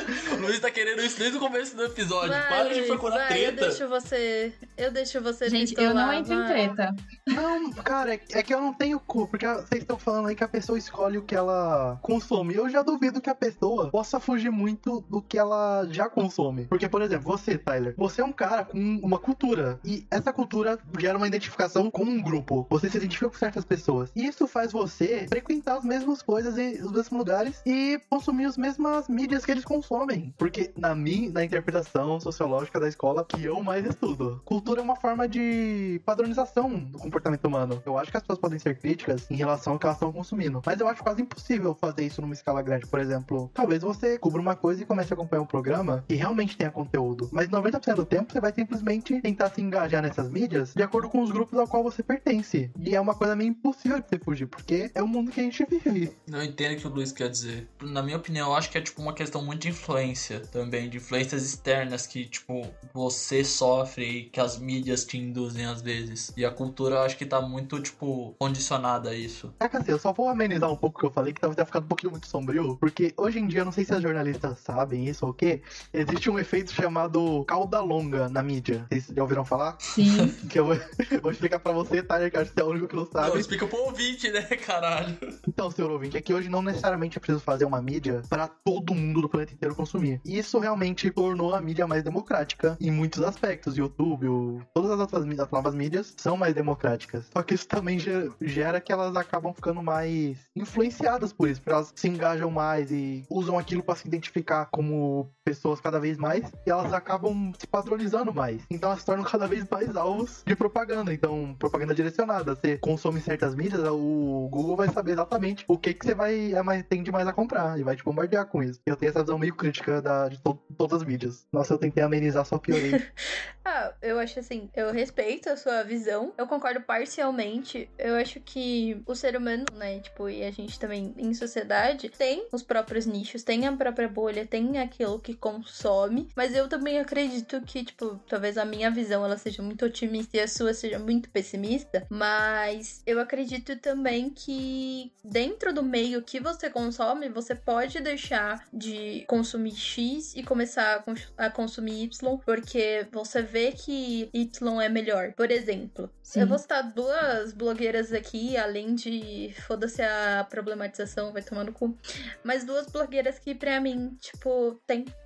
Speaker 4: O Luiz tá querendo isso desde o começo do episódio.
Speaker 5: Vai,
Speaker 4: Para de
Speaker 5: Luiz,
Speaker 4: procurar
Speaker 5: vai,
Speaker 4: treta.
Speaker 5: Eu deixo você. Eu deixo você.
Speaker 6: Gente,
Speaker 5: pistolar,
Speaker 6: eu não entro em
Speaker 5: vai.
Speaker 6: treta.
Speaker 7: Não, cara, é é que eu não tenho cu, porque vocês estão falando aí que a pessoa escolhe o que ela consome. Eu já duvido que a pessoa possa fugir muito do que ela já consome. Porque, por exemplo, você, Tyler, você é um cara com uma cultura. E essa cultura gera uma identificação com um grupo. Você se identifica com certas pessoas. E isso faz você frequentar as mesmas coisas e os mesmos lugares e consumir as mesmas mídias que eles consomem. Porque, na minha, na interpretação sociológica da escola, que eu mais estudo, cultura é uma forma de padronização do comportamento humano. Eu acho que as pessoas podem ser críticas em relação ao que elas estão consumindo, mas eu acho quase impossível fazer isso numa escala grande. Por exemplo, talvez você cubra uma coisa e comece a acompanhar um programa que realmente tenha conteúdo, mas noventa por cento do tempo você vai simplesmente tentar se engajar nessas mídias de acordo com os grupos ao qual você pertence. E é uma coisa meio impossível de você fugir, porque é o mundo que a gente vive.
Speaker 4: Eu entendo o que o Luiz quer dizer. Na minha opinião, eu acho que é tipo uma questão muito de influência também, de influências externas que, tipo, você sofre e que as mídias te induzem às vezes. E a cultura, eu acho que tá muito, tipo, condicionada a isso.
Speaker 7: É que assim, eu só vou amenizar um pouco o que eu falei, que talvez tenha ficado um pouquinho muito sombrio, porque hoje em dia, eu não sei se as jornalistas sabem isso ou o quê, existe um efeito chamado cauda longa na mídia. Vocês já ouviram falar?
Speaker 6: Sim.
Speaker 7: Que eu vou, eu vou explicar pra você, tá, Ricardo? Você é o único que não sabe.
Speaker 4: Não, explica pro ouvinte, né, caralho?
Speaker 7: Então, senhor ouvinte, é que hoje não necessariamente é preciso fazer uma mídia pra todo mundo do planeta inteiro consumir. E isso realmente tornou a mídia mais democrática em muitos aspectos. YouTube, o... todas as outras mídias, as novas mídias são mais democráticas. Só que isso também ge- gera que elas acabam ficando mais influenciadas por isso, porque elas se engajam mais e usam aquilo pra se identificar como pessoas cada vez mais, e elas acabam se padronizando mais. Então elas se tornam cada vez mais alvos de propaganda. Então, propaganda direcionada. Você consome certas mídias, o Google vai saber exatamente o que que você vai é mais, tende mais a comprar e vai te bombardear com isso. Eu tenho essa visão meio crítica da, de to- todas as mídias. Nossa, eu tentei amenizar, só piorei.
Speaker 5: Ah, eu acho assim, eu respeito a sua visão, eu concordo parcialmente. Eu acho que o ser humano, né, tipo, e a gente também em sociedade tem os próprios nichos, tem a própria bolha, tem aquilo que consome, mas eu também acredito que, tipo, talvez a minha visão ela seja muito otimista e a sua seja muito pessimista, mas eu acredito também que dentro do meio que você consome, você pode deixar de consumir X e começar a, cons- a consumir Y, porque você vê que Y é melhor. Por exemplo,
Speaker 6: Sim.
Speaker 5: eu vou citar duas blogueiras aqui, além de foda-se a problematização, vai tomar no cu, mas duas blogueiras que pra mim, tipo, tem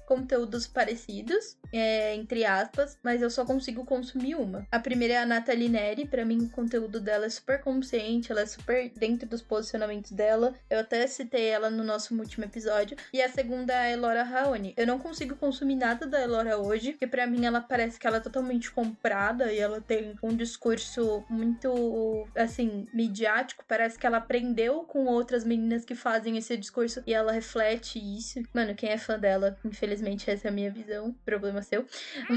Speaker 5: conteúdos parecidos, é, entre aspas, mas eu só consigo consumir uma. A primeira é a Nathalie Neri, pra mim o conteúdo dela é super consciente, ela é super dentro dos posicionamentos dela, eu até citei ela no nosso último episódio. E a segunda é a Elora Raoni. Eu não consigo consumir nada da Elora hoje, porque pra mim ela parece que ela é totalmente comprada e ela tem um discurso muito, assim, midiático. Parece que ela aprendeu com outras meninas que fazem esse discurso e ela reflete isso. Mano, quem é fã dela, infelizmente essa é a minha visão, problema seu.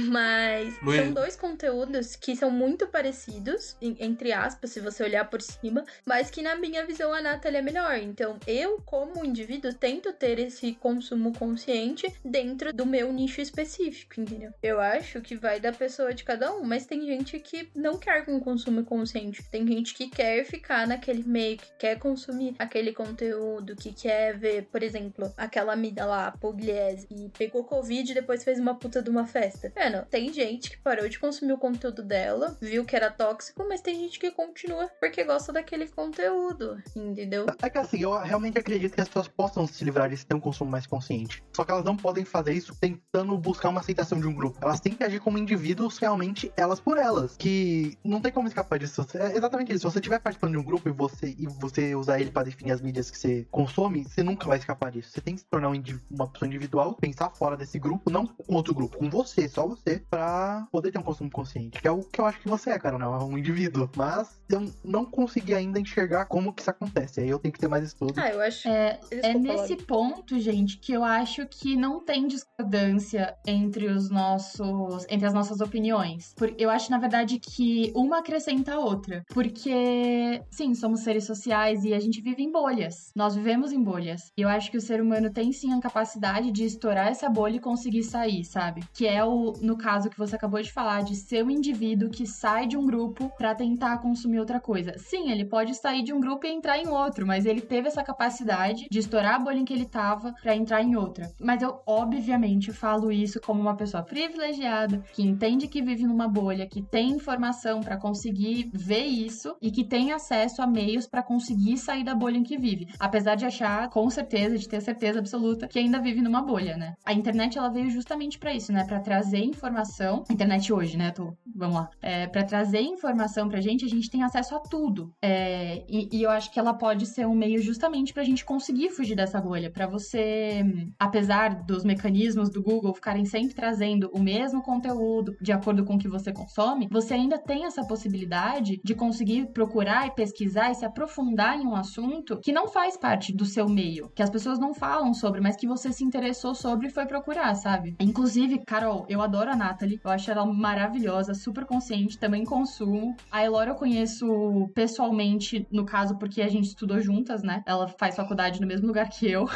Speaker 5: Mas
Speaker 4: Oi.
Speaker 5: são dois conteúdos que são muito parecidos, entre aspas, se você olhar por cima, mas que na minha visão a Nathalie é melhor. Então eu, como indivíduo, tento ter esse consumo consciente dentro do meu nicho específico, entendeu? Eu acho que vai da pessoa de cada um, mas tem gente que não quer um consumo consciente. Tem gente que quer ficar naquele meio, que quer consumir aquele conteúdo, que quer ver, por exemplo, aquela mina lá, a Pugliese, e pegou Covid e depois fez uma puta de uma festa. Mano, tem gente que parou de consumir o conteúdo dela, viu que era tóxico, mas tem gente que continua porque gosta daquele conteúdo, entendeu?
Speaker 7: É que assim, eu realmente acredito que as pessoas possam se livrar de ter um consumo mais consciente. Só que elas não podem fazer isso tentando buscar uma aceitação de um grupo. Elas têm que agir como indivíduos, realmente, elas por elas. Que não tem como escapar disso. É exatamente isso. Se você estiver participando de um grupo e você, e você usar ele pra definir as mídias que você consome, você nunca vai escapar disso. Você tem que se tornar um indiv- uma pessoa individual, pensar fora desse grupo, não com outro grupo, com você, só você, pra poder ter um consumo consciente. Que é o que eu acho que você é, cara, não é um indivíduo. Mas eu não consegui ainda enxergar como que isso acontece. Aí eu tenho que ter mais estudo.
Speaker 5: Ah, eu acho...
Speaker 6: É, é
Speaker 5: Desculpa,
Speaker 6: nesse
Speaker 5: Laura.
Speaker 6: ponto, gente, que eu acho que não tem discordância entre os nossos, entre as nossas opiniões. Porque eu acho, na verdade, que uma acrescenta a outra. Porque, sim, somos seres sociais e a gente vive em bolhas. Nós vivemos em bolhas. E eu acho que o ser humano tem, sim, a capacidade de estourar essa bolha e conseguir sair, sabe? Que é o, no caso que você acabou de falar, de ser um indivíduo que sai de um grupo pra tentar consumir outra coisa. Sim, ele pode sair de um grupo e entrar em outro, mas ele teve essa capacidade de estourar a bolha em que ele tava pra entrar em outra. Mas eu, obviamente, falo isso como uma pessoa privilegiada, que entende que vive numa bolha, que tem informação pra conseguir ver isso e que tem acesso a meios pra conseguir sair da bolha em que vive. Apesar de achar, com certeza, de ter certeza absoluta, que ainda vive numa bolha, né? A internet, ela veio justamente pra isso, né? Pra trazer informação. A internet hoje, né? Tô, vamos lá. É, pra trazer informação pra gente, a gente tem acesso a tudo. É, e, e eu acho que ela pode ser um meio justamente pra gente conseguir fugir dessa bolha. Pra você, apesar dos mecanismos do Google ficarem sempre trazendo o mesmo conteúdo de acordo com o que você consome, você ainda tem essa possibilidade de conseguir procurar e pesquisar e se aprofundar em um assunto que não faz parte do seu meio, que as pessoas não falam sobre, mas que você se interessou sobre e foi procurar, sabe? Inclusive, Carol, eu adoro a Nathalie, eu acho ela maravilhosa, super consciente, também consumo. A Elora eu conheço pessoalmente, no caso, porque a gente estudou juntas, né? Ela faz faculdade no mesmo lugar que eu.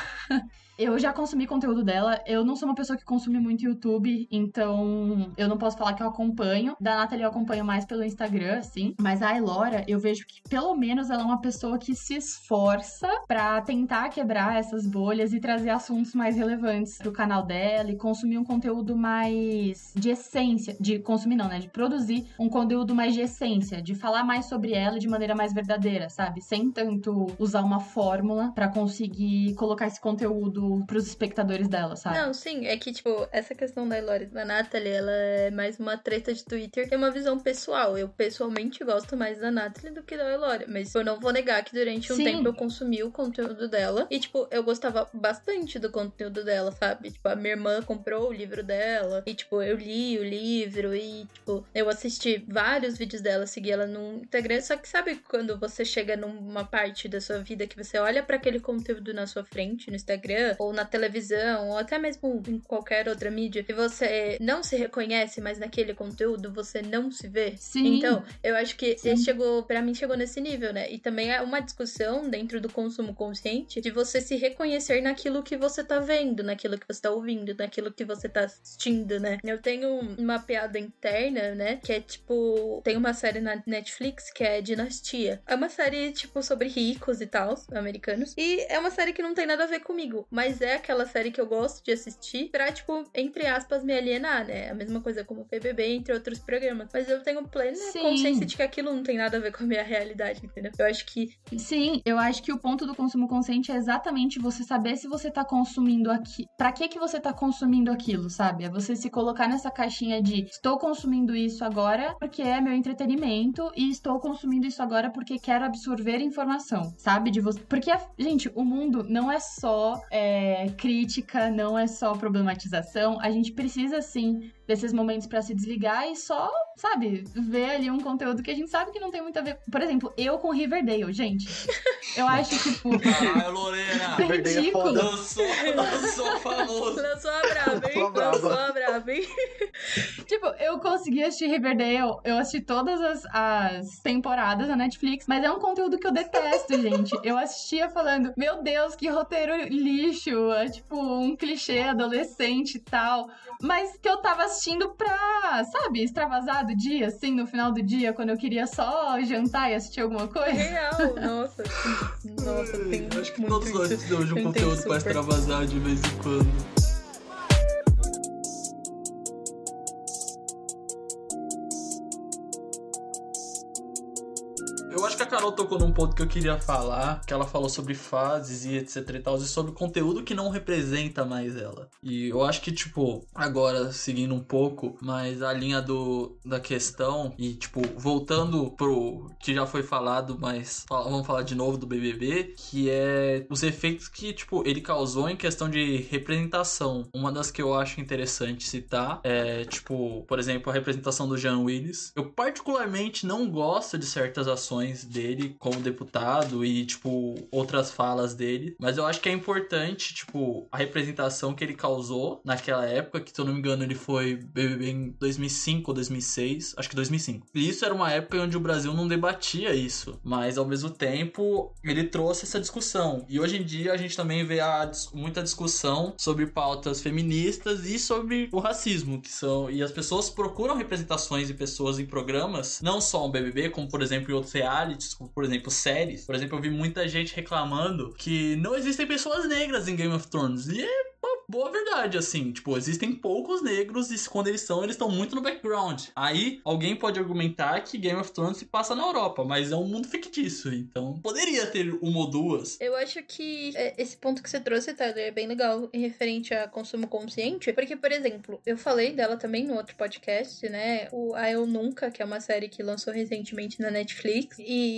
Speaker 6: Eu já consumi conteúdo dela, eu não sou uma pessoa que consome muito YouTube, então eu não posso falar que eu acompanho. Da Nathalie eu acompanho mais pelo Instagram, assim. Mas a Elora, eu vejo que pelo menos ela é uma pessoa que se esforça pra tentar quebrar essas bolhas e trazer assuntos mais relevantes pro canal dela e consumir um conteúdo mais de essência, de consumir não, né? De produzir um conteúdo mais de essência, de falar mais sobre ela de maneira mais verdadeira, sabe? Sem tanto usar uma fórmula pra conseguir colocar esse conteúdo pros espectadores dela, sabe?
Speaker 5: Não, sim, é que, tipo, essa questão da Elora e da Nathalie, ela é mais uma treta de Twitter, é uma visão pessoal. Eu, pessoalmente, gosto mais da Nathalie do que da Elora, mas eu não vou negar que durante um
Speaker 6: Sim.
Speaker 5: tempo eu consumi o conteúdo dela e, tipo, eu gostava bastante do conteúdo dela, sabe? Tipo, a minha irmã comprou o livro dela e, tipo, eu li o livro e, tipo, eu assisti vários vídeos dela, segui ela no Instagram, só que sabe quando você chega numa parte da sua vida que você olha pra aquele conteúdo na sua frente, no Instagram, ou na televisão, ou até mesmo em qualquer outra mídia, e você não se reconhece mais naquele conteúdo, você não se vê.
Speaker 6: Sim.
Speaker 5: Então, eu acho que
Speaker 6: Sim.
Speaker 5: chegou, pra mim, chegou nesse nível, né? E também é uma discussão dentro do consumo consciente de você se reconhecer naquilo que você tá vendo, naquilo que você tá ouvindo, naquilo que você tá assistindo, né? Eu tenho uma piada interna, né? Que é tipo, tem uma série na Netflix que é Dinastia. É uma série, tipo, sobre ricos e tal, americanos. E é uma série que não tem nada a ver comigo, mas é aquela série que eu gosto de assistir pra, tipo, entre aspas, me alienar, né? A mesma coisa como o P B B, entre outros programas. Mas eu tenho plena
Speaker 6: Sim.
Speaker 5: consciência de que aquilo não tem nada a ver com a minha realidade, entendeu? Eu acho que...
Speaker 6: Sim, eu acho que o ponto do consumo consciente é exatamente você saber se você tá consumindo aqui, pra que que você tá consumindo aquilo, sabe? É você se colocar nessa caixinha de estou consumindo isso agora porque é meu entretenimento e estou consumindo isso agora porque quero absorver informação, sabe? De você... Porque, gente, o mundo não é só é, crítica, não é só problematização. A gente precisa, sim, desses momentos pra se desligar e só, sabe, ver ali um conteúdo que a gente sabe que não tem muito a ver. Por exemplo, eu com Riverdale, gente. Eu acho, tipo...
Speaker 4: Ah, Lorena!
Speaker 6: É ridículo.
Speaker 4: Lançou, lançou famoso.
Speaker 5: Lançou a brava, hein?
Speaker 7: Lançou a brava.
Speaker 5: Lançou a brava, hein?
Speaker 6: Tipo, eu consegui assistir Riverdale, eu assisti todas as, as temporadas na Netflix, mas é um conteúdo que eu detesto, gente. Eu assistia falando, meu Deus, que roteiro lixo, é tipo um clichê adolescente e tal, mas que eu tava assistindo pra, sabe, extravasar do dia, assim, no final do dia, quando eu queria só jantar e assistir alguma coisa.
Speaker 5: Real, nossa. Nossa, tem
Speaker 4: Acho que
Speaker 5: muito
Speaker 4: todos nós
Speaker 5: isso.
Speaker 4: precisamos de um
Speaker 5: Eu entendo
Speaker 4: conteúdo pra
Speaker 5: super.
Speaker 4: extravasar de vez em quando. Eu acho que a Carol tocou num ponto que eu queria falar, que ela falou sobre fases e etc e tal, e sobre conteúdo que não representa mais ela. E eu acho que, tipo, agora, seguindo um pouco, mas a linha do, da questão, e, tipo, voltando pro que já foi falado, mas fala- vamos falar de novo do B B B, que é os efeitos que, tipo, ele causou em questão de representação. Uma das que eu acho interessante citar é, tipo, por exemplo, a representação do Jean Willis. Eu particularmente não gosto de certas ações dele como deputado e, tipo, outras falas dele, mas eu acho que é importante, tipo, a representação que ele causou naquela época, que se eu não me engano ele foi B B B em dois mil e cinco ou dois mil e seis, acho que dois mil e cinco. E isso era uma época onde o Brasil não debatia isso, mas ao mesmo tempo ele trouxe essa discussão. E hoje em dia a gente também vê a, dis- muita discussão sobre pautas feministas e sobre o racismo, que são, e as pessoas procuram representações de pessoas em programas, não só no B B B, como por exemplo em outros realities, como por exemplo séries. Por exemplo, eu vi muita gente reclamando que não existem pessoas negras em Game of Thrones, e é uma boa verdade, assim, tipo, existem poucos negros e quando eles são, eles estão muito no background. Aí, alguém pode argumentar que Game of Thrones se passa na Europa, mas é um mundo fictício, então poderia ter uma ou duas.
Speaker 5: Eu acho que é, esse ponto que você trouxe, Tyler, é bem legal em referente a consumo consciente, porque, por exemplo, eu falei dela também no outro podcast, né, o A Eu Nunca, que é uma série que lançou recentemente na Netflix,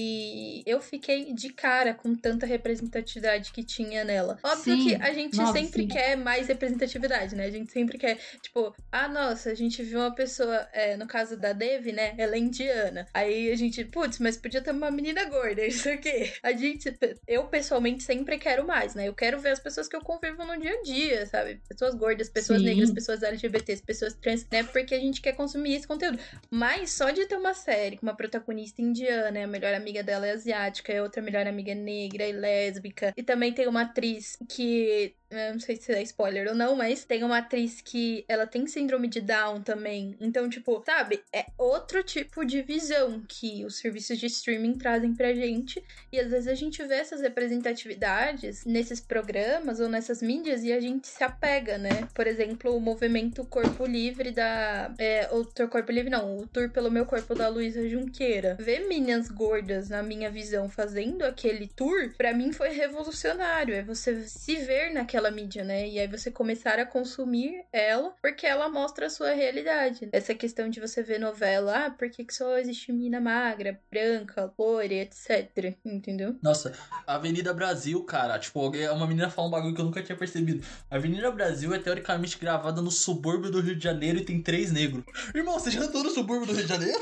Speaker 5: e eu fiquei de cara com tanta representatividade que tinha nela. Óbvio
Speaker 6: Sim.
Speaker 5: que a gente
Speaker 6: Nossa,
Speaker 5: sempre
Speaker 6: sim.
Speaker 5: quer mais representatividade, né, a gente sempre quer, tipo, ah, nossa, a gente viu uma pessoa, é, no caso da Devi, né, ela é indiana, aí a gente, putz, mas podia ter uma menina gorda, isso aqui. A gente, eu pessoalmente sempre quero mais, né, eu quero ver as pessoas que eu convivo no dia a dia, sabe, pessoas gordas, pessoas
Speaker 6: Sim.
Speaker 5: negras, pessoas L G B T, pessoas trans, né, porque a gente quer consumir esse conteúdo. Mas só de ter uma série com uma protagonista indiana, a melhor amiga dela é asiática, a outra melhor amiga é negra e lésbica, e também tem uma atriz que... eu não sei se é spoiler ou não, mas tem uma atriz que ela tem síndrome de Down também. Então, tipo, sabe? É outro tipo de visão que os serviços de streaming trazem pra gente. E às vezes a gente vê essas representatividades nesses programas ou nessas mídias e a gente se apega, né? Por exemplo, o movimento Corpo Livre da... É, o Tour Corpo Livre não, o Tour Pelo Meu Corpo da Luísa Junqueira. Ver meninas gordas, na minha visão, fazendo aquele tour, pra mim foi revolucionário. É você se ver naquela mídia, né? E aí você começar a consumir ela, porque ela mostra a sua realidade. Essa questão de você ver novela, ah, por que que só existe menina magra, branca, loira, etcétera. Entendeu?
Speaker 4: Nossa, Avenida Brasil, cara, tipo, alguém- uma menina fala um bagulho que eu nunca tinha percebido. A Avenida Brasil é teoricamente gravada no subúrbio do Rio de Janeiro e tem três negros. Irmão, você já andou no subúrbio do Rio de Janeiro?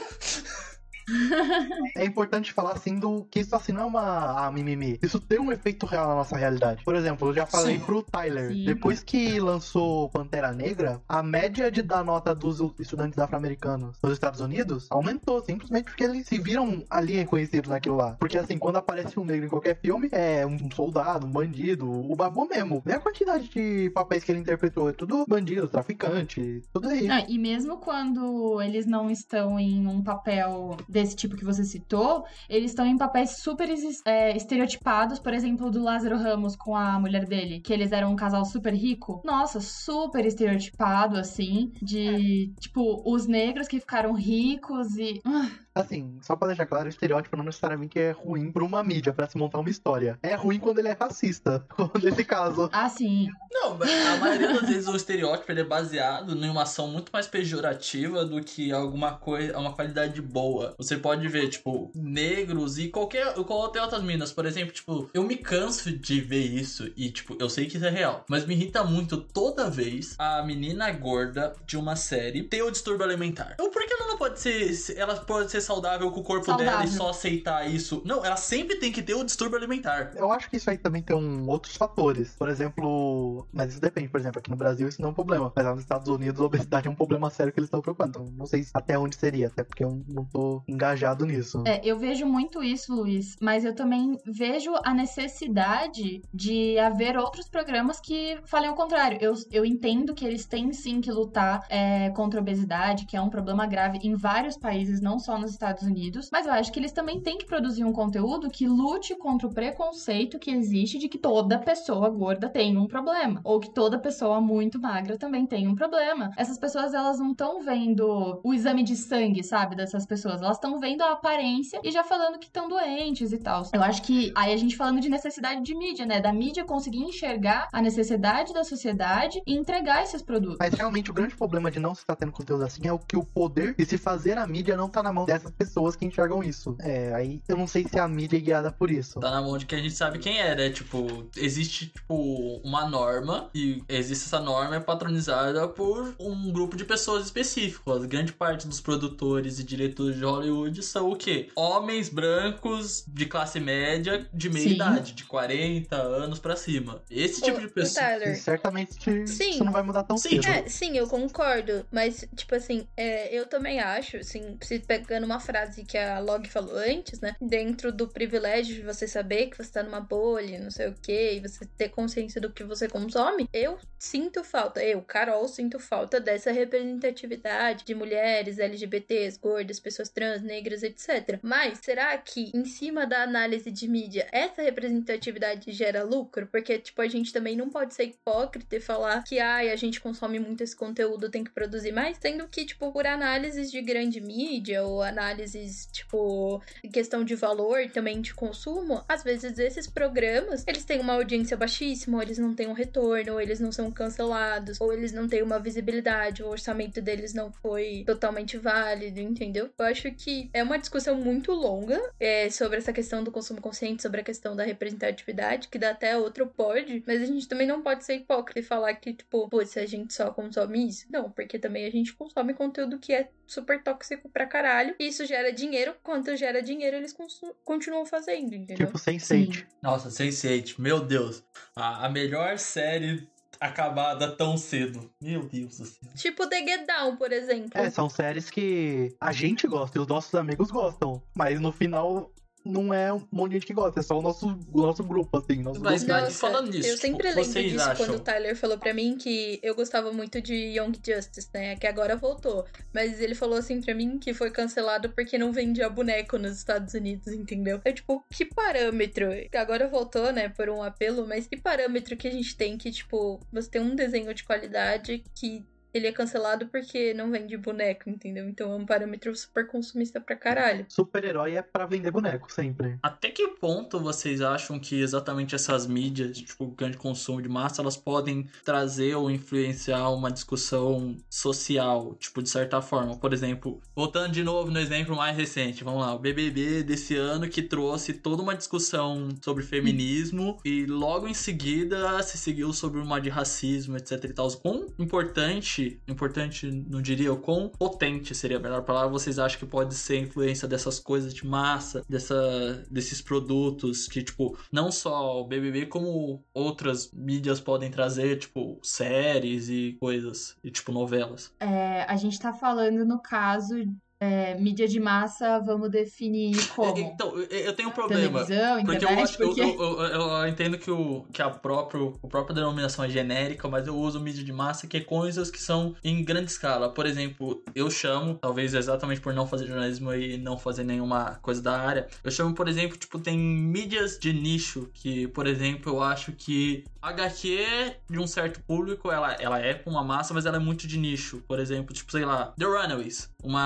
Speaker 7: É importante falar assim do que isso assim não é uma ah, mimimi. Isso tem um efeito real na nossa realidade. Por exemplo, eu já falei
Speaker 4: Sim.
Speaker 7: pro Tyler,
Speaker 6: Sim.
Speaker 7: depois que lançou Pantera Negra, a média de dar nota dos estudantes afro-americanos nos Estados Unidos aumentou, simplesmente porque eles se viram ali reconhecidos naquilo lá. Porque assim, quando aparece um negro em qualquer filme, é um soldado, um bandido, o babu mesmo. Vê a quantidade de papéis que ele interpretou, é tudo bandido, traficante, tudo aí.
Speaker 6: Ah, e mesmo quando eles não estão em um papel desse tipo que você citou, eles estão em papéis super é, estereotipados, por exemplo, do Lázaro Ramos com a mulher dele, que eles eram um casal super rico. Nossa, super estereotipado, assim, de, tipo, os negros que ficaram ricos e... Ah,
Speaker 7: Assim, só pra deixar claro, o estereótipo não necessariamente é ruim pra uma mídia, pra se montar uma história. É ruim quando ele é racista, nesse caso.
Speaker 6: Ah, sim.
Speaker 4: Não, mas a maioria das vezes o estereótipo ele é baseado em uma ação muito mais pejorativa do que alguma coisa, uma qualidade boa. Você pode ver, tipo, negros e qualquer, qualquer outras minas, por exemplo, tipo, eu me canso de ver isso e, tipo, eu sei que isso é real, mas me irrita muito toda vez a menina gorda de uma série ter o distúrbio alimentar. Então, por que ela não pode ser, ela pode ser saudável com o corpo
Speaker 6: Saudável.
Speaker 4: dela e só aceitar isso? Não, ela sempre tem que ter o distúrbio alimentar.
Speaker 7: Eu acho que isso aí também tem um, outros fatores. Por exemplo, mas isso depende. Por exemplo, aqui no Brasil isso não é um problema. Mas lá nos Estados Unidos a obesidade é um problema sério que eles estão preocupando. Então não sei até onde seria, até porque eu não tô engajado nisso.
Speaker 6: É, eu vejo muito isso, Luiz, mas eu também vejo a necessidade de haver outros programas que falem o contrário. Eu, eu entendo que eles têm sim que lutar é, contra a obesidade, que é um problema grave em vários países, não só nos Estados Unidos, mas eu acho que eles também têm que produzir um conteúdo que lute contra o preconceito que existe de que toda pessoa gorda tem um problema, ou que toda pessoa muito magra também tem um problema. Essas pessoas, elas não estão vendo o exame de sangue, sabe, dessas pessoas, elas estão vendo a aparência e já falando que estão doentes e tal. Eu acho que aí a gente falando de necessidade de mídia, né, da mídia conseguir enxergar a necessidade da sociedade e entregar esses produtos.
Speaker 7: Mas realmente o grande problema de não se estar tendo conteúdo assim é o que o poder de se fazer a mídia não tá na mão dessas pessoas que enxergam isso. É, aí eu não sei se a mídia é guiada por isso.
Speaker 4: Tá na mão de quem a gente sabe quem é, né? Tipo, existe, tipo, uma norma e existe essa norma é patronizada por um grupo de pessoas específicos. A grande parte dos produtores e diretores de Hollywood são o quê? Homens brancos de classe média de meia
Speaker 6: Sim.
Speaker 4: idade, de quarenta anos pra cima. Esse tipo
Speaker 5: Ô,
Speaker 4: de
Speaker 5: ô,
Speaker 4: pessoa.
Speaker 5: Tyler,
Speaker 7: E certamente
Speaker 5: Sim.
Speaker 7: isso não vai mudar tão
Speaker 4: Sim,
Speaker 7: cedo.
Speaker 5: É, sim, eu concordo, mas, tipo assim, é, eu também acho, assim, se pegando uma frase que a Log falou antes, né, dentro do privilégio de você saber que você tá numa bolha, não sei o que, e você ter consciência do que você consome, eu sinto falta, eu, Carol, sinto falta dessa representatividade de mulheres, L G B Ts, gordas, pessoas trans, negras, etcétera. Mas, será que, em cima da análise de mídia, essa representatividade gera lucro? Porque, tipo, a gente também não pode ser hipócrita e falar que, ai, a gente consome muito esse conteúdo, tem que produzir mais, sendo que, tipo, por análises de grande mídia ou análises, tipo, questão de valor também de consumo, às vezes esses programas, eles têm uma audiência baixíssima, ou eles não têm um retorno, ou eles não são cancelados, ou eles não têm uma visibilidade, o orçamento deles não foi totalmente válido, entendeu? Eu acho que é uma discussão muito longa é, sobre essa questão do consumo consciente, sobre a questão da representatividade, que dá até outro pod, mas a gente também não pode ser hipócrita e falar que, tipo, pô, se a gente só consome isso. Não, porque também a gente consome conteúdo que é super tóxico pra caralho, e isso gera dinheiro, quanto gera dinheiro eles continuam fazendo, entendeu?
Speaker 7: Tipo sense eight.
Speaker 4: Nossa, sense eight, meu Deus. A, a melhor série acabada tão cedo. Meu Deus do céu.
Speaker 5: Tipo The Get Down, por exemplo.
Speaker 7: É, são séries que a gente gosta e os nossos amigos gostam, mas no final não é um monte de gente que gosta, é só o nosso, o nosso grupo, assim. Nosso
Speaker 4: Mas,
Speaker 7: grupo.
Speaker 4: mas falando nisso,
Speaker 5: eu sempre
Speaker 4: tipo,
Speaker 5: lembro
Speaker 4: vocês
Speaker 5: disso
Speaker 4: acham...
Speaker 5: quando o Tyler falou pra mim que eu gostava muito de Young Justice, né? Que agora voltou. Mas ele falou assim pra mim que foi cancelado porque não vendia boneco nos Estados Unidos, entendeu? É tipo, que parâmetro? Agora voltou, né, por um apelo, mas que parâmetro que a gente tem que, tipo, você tem um desenho de qualidade que ele é cancelado porque não vende boneco, entendeu? Então é um parâmetro super consumista pra caralho.
Speaker 7: Super-herói é pra vender boneco, sempre.
Speaker 4: Até que ponto vocês acham que exatamente essas mídias, tipo, grande consumo de massa, elas podem trazer ou influenciar uma discussão social, tipo, de certa forma? Por exemplo, voltando de novo no exemplo mais recente, vamos lá, o B B B desse ano que trouxe toda uma discussão sobre feminismo e logo em seguida se seguiu sobre uma de racismo, etc e tal. Quão importante importante, não diria o quão potente seria a melhor palavra, vocês acham que pode ser a influência dessas coisas de massa, dessa, desses produtos que, tipo, não só o B B B, como outras mídias podem trazer, tipo, séries e coisas, e tipo, novelas?
Speaker 6: É, a gente tá falando, no caso, é, mídia de massa, vamos definir como?
Speaker 4: Então, eu tenho um problema.
Speaker 6: Televisão,
Speaker 4: Porque
Speaker 6: internet,
Speaker 4: eu, acho,
Speaker 6: porque...
Speaker 4: eu, eu, eu, eu entendo que, o, que a, próprio, a própria denominação é genérica, mas eu uso mídia de massa, que é coisas que são em grande escala. Por exemplo, eu chamo, talvez exatamente por não fazer jornalismo e não fazer nenhuma coisa da área, eu chamo, por exemplo, tipo, tem mídias de nicho, que, por exemplo, eu acho que a H Q de um certo público, ela, ela é com uma massa, mas ela é muito de nicho. Por exemplo, tipo, sei lá, The Runaways, uma H Q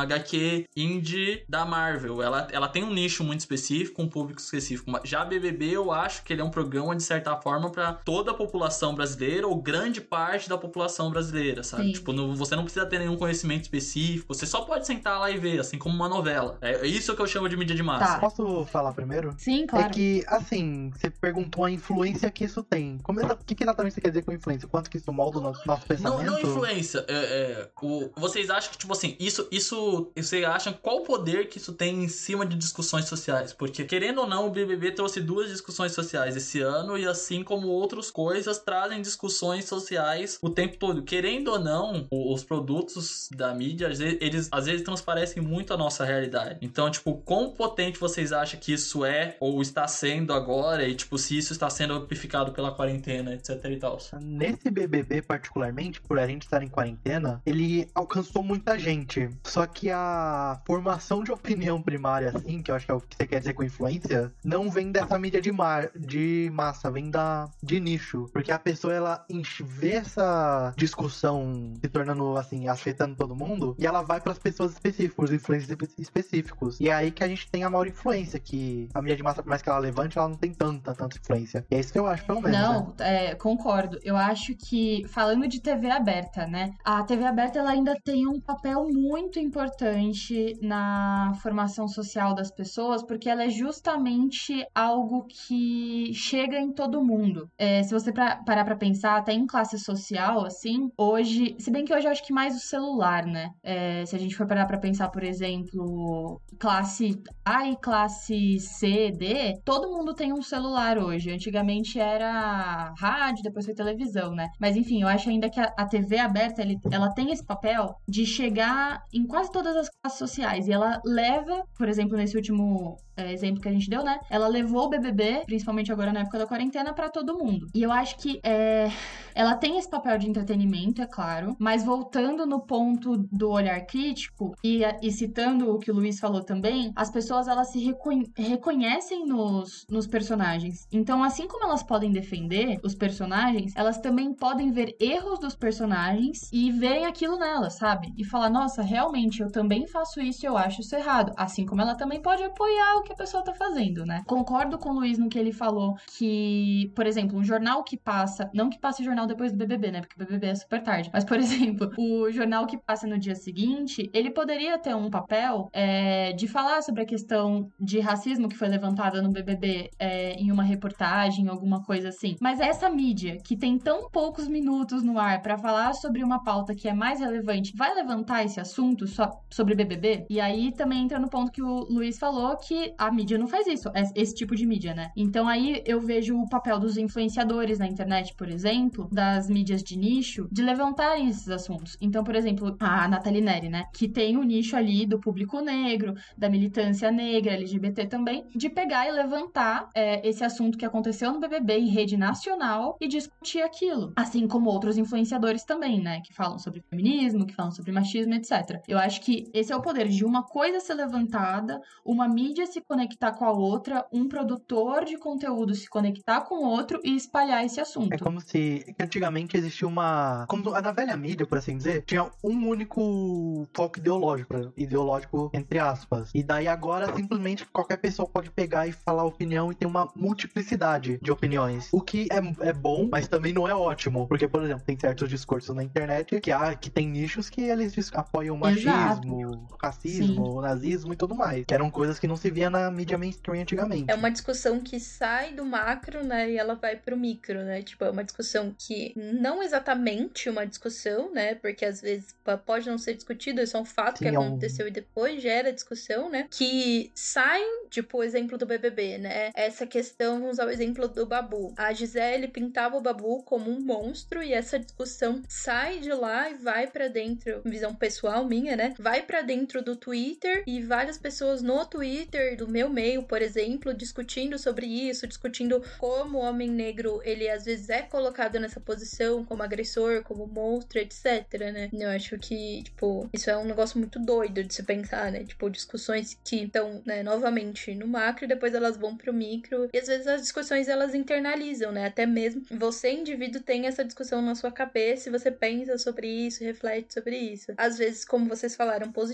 Speaker 4: B indie da Marvel. Ela, ela tem um nicho muito específico, um público específico. Já B B B, eu acho que ele é um programa, de certa forma, pra toda a população brasileira ou grande parte da população brasileira, sabe?
Speaker 6: Sim.
Speaker 4: Tipo, não, você não precisa ter nenhum conhecimento específico, você só pode sentar lá e ver, assim como uma novela. É isso que eu chamo de mídia de massa.
Speaker 6: Tá.
Speaker 7: Posso falar primeiro?
Speaker 6: Sim, claro.
Speaker 7: É que, assim, você perguntou a influência que isso tem. Como, o que, que exatamente você quer dizer com influência? Quanto que isso molda o nosso, nosso pensamento?
Speaker 4: Não, não influência. É, é, o, vocês acham que, tipo assim, isso, isso. Vocês acham qual o poder que isso tem em cima de discussões sociais? Porque, querendo ou não, o B B B trouxe duas discussões sociais esse ano, e assim como outras coisas trazem discussões sociais o tempo todo. Querendo ou não, os produtos da mídia, eles às vezes transparecem muito a nossa realidade. Então, tipo, quão potente vocês acham que isso é, ou está sendo agora, e, tipo, se isso está sendo amplificado pela quarentena, etc e tal?
Speaker 7: Nesse B B B, particularmente, por a gente estar em quarentena, ele alcançou muita gente. Só que a formação de opinião primária, assim, que eu acho que é o que você quer dizer com influência, não vem dessa mídia de, mar, de massa, vem da, de nicho. Porque a pessoa, ela vê essa discussão se tornando, assim, afetando todo mundo, e ela vai para as pessoas específicas, os influencers específicos. E é aí que a gente tem a maior influência, que a mídia de massa, por mais que ela levante, ela não tem tanta, tanta influência. E é isso que eu acho, pelo menos.
Speaker 6: Não,
Speaker 7: né?
Speaker 6: é, concordo. Eu acho que, falando de T V aberta, né? A T V aberta, ela ainda tem um papel muito importante na formação social das pessoas, porque ela é justamente algo que chega em todo mundo. É, se você pra, parar pra pensar, até em classe social, assim, hoje... Se bem que hoje eu acho que mais o celular, né? É, se a gente for parar pra pensar, por exemplo, classe A e classe C, D, todo mundo tem um celular hoje. Antigamente era rádio, depois foi televisão, né? Mas enfim, eu acho ainda que a, a T V aberta, ele, ela tem esse papel de chegar em quase todas as classes sociais. E ela leva, por exemplo, nesse último é, exemplo que a gente deu, né? Ela levou o B B B, principalmente agora na época da quarentena, pra todo mundo. E eu acho que é, ela tem esse papel de entretenimento, é claro, mas voltando no ponto do olhar crítico e, e citando o que o Luiz falou também, as pessoas, elas se reconhe- reconhecem nos, nos personagens. Então, assim como elas podem defender os personagens, elas também podem ver erros dos personagens e verem aquilo nelas, sabe? E falar, nossa, realmente, eu também faço isso e eu acho isso errado. Assim como ela também pode apoiar o que a pessoa tá fazendo, né? Concordo com o Luiz no que ele falou, que, por exemplo, um jornal que passa, não que passe jornal depois do B B B, né? Porque o B B B é super tarde. Mas, por exemplo, o jornal que passa no dia seguinte, ele poderia ter um papel é, de falar sobre a questão de racismo que foi levantada no B B B é, em uma reportagem, alguma coisa assim. Mas essa mídia, que tem tão poucos minutos no ar pra falar sobre uma pauta que é mais relevante, vai levantar esse assunto só sobre B B B? E aí também entra no ponto que o Luiz falou, que a mídia não faz isso, esse tipo de mídia, né? Então aí eu vejo o papel dos influenciadores na internet, por exemplo, das mídias de nicho, de levantarem esses assuntos. Então, por exemplo, a Nathalie Neri, né? Que tem o nicho ali do público negro, da militância negra, L G B T também, de pegar e levantar é, esse assunto que aconteceu no B B B em rede nacional e discutir aquilo. Assim como outros influenciadores também, né? Que falam sobre feminismo, que falam sobre machismo, etcétera. Eu acho que esse é o poder de uma coisa ser levantada, uma mídia se conectar com a outra, um produtor de conteúdo se conectar com o outro e espalhar esse assunto.
Speaker 7: É como se antigamente existia uma... Como na velha mídia, por assim dizer, tinha um único foco ideológico, ideológico entre aspas. E daí agora, simplesmente, qualquer pessoa pode pegar e falar opinião e tem uma multiplicidade de opiniões. O que é, é bom, mas também não é ótimo. Porque, por exemplo, tem certos discursos na internet que, há, que tem nichos que eles apoiam o machismo, o racismo, Sim. o nazismo e tudo mais. Que eram coisas que não se via na mídia mainstream antigamente.
Speaker 5: É uma discussão que sai do macro, né, e ela vai pro micro, né? Tipo, é uma discussão que não exatamente uma discussão, né? Porque às vezes pode não ser discutido, isso é um fato Sim, que aconteceu é um... e depois gera discussão, né? Que saem, tipo, o exemplo do B B B, né? Essa questão, vamos usar o exemplo do Babu. A Gisele pintava o Babu como um monstro e essa discussão sai de lá e vai pra dentro, visão pessoal minha, né? Vai pra dentro do Twitter e várias pessoas no Twitter, do meu meio, por exemplo, discutindo sobre isso, discutindo como o homem negro, ele às vezes é colocado nessa posição, como agressor, como monstro, etcétera, né? Eu acho que, tipo, isso é um negócio muito doido de se pensar, né? Tipo, discussões que estão, né, novamente no macro e depois elas vão pro micro. E às vezes as discussões, elas internalizam, né? Até mesmo você, indivíduo, tem essa discussão na sua cabeça e você pensa sobre isso, reflete sobre isso. Às vezes, como vocês falaram, positivamente,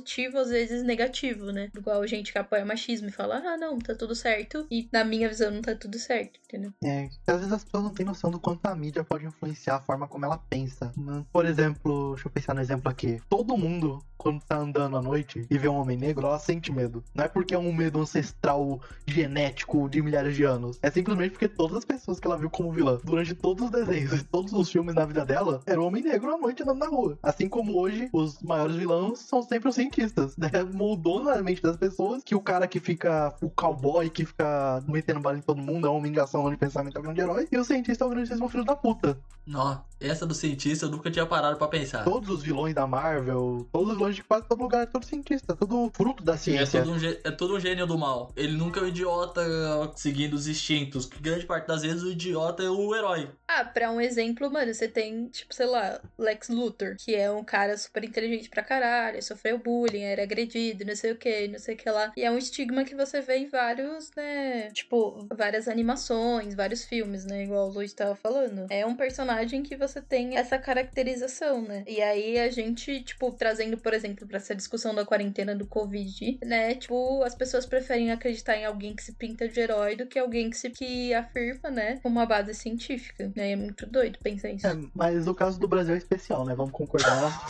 Speaker 5: positivo, às vezes negativo, né? Igual gente que apoia machismo e fala, ah, não, tá tudo certo. E na minha visão não tá tudo certo, entendeu?
Speaker 7: É, às vezes as pessoas não têm noção do quanto a mídia pode influenciar a forma como ela pensa. Por exemplo, deixa eu pensar no exemplo aqui. Todo mundo, quando tá andando à noite e vê um homem negro, ela sente medo. Não é porque é um medo ancestral, genético, de milhares de anos. É simplesmente porque todas as pessoas que ela viu como vilã, durante todos os desenhos e todos os filmes na vida dela, era um homem negro à noite andando na rua. Assim como hoje, os maiores vilões são sempre os cientistas, né? Moldou na mente das pessoas que o cara que fica, o cowboy que fica metendo bala em todo mundo é uma humilhação de pensamento, é o grande herói, e o cientista é o grandíssimo filho da puta.
Speaker 4: Não, essa do cientista eu nunca tinha parado pra pensar.
Speaker 7: Todos os vilões da Marvel, todos os vilões de quase todo lugar, é todo cientista, tudo fruto da ciência.
Speaker 4: É todo, um, gê- é todo um gênio do mal. Ele nunca é um idiota seguindo os instintos, que grande parte das vezes o idiota é o herói.
Speaker 5: Ah, pra um exemplo, mano, você tem, tipo, sei lá, Lex Luthor, que é um cara super inteligente pra caralho, sofreu bullying, era agredido, não sei o que, não sei o que lá. E é um estigma que você vê em vários, né, tipo, várias animações, vários filmes, né, igual o Luiz tava falando. É um personagem que você tem essa caracterização, né. E aí a gente, tipo, trazendo, por exemplo, pra essa discussão da quarentena do Covid, né, tipo, as pessoas preferem acreditar em alguém que se pinta de herói do que alguém que se que afirma, né, uma base científica, né. É muito doido pensar isso.
Speaker 7: É, mas o caso do Brasil é especial, né? Vamos concordar.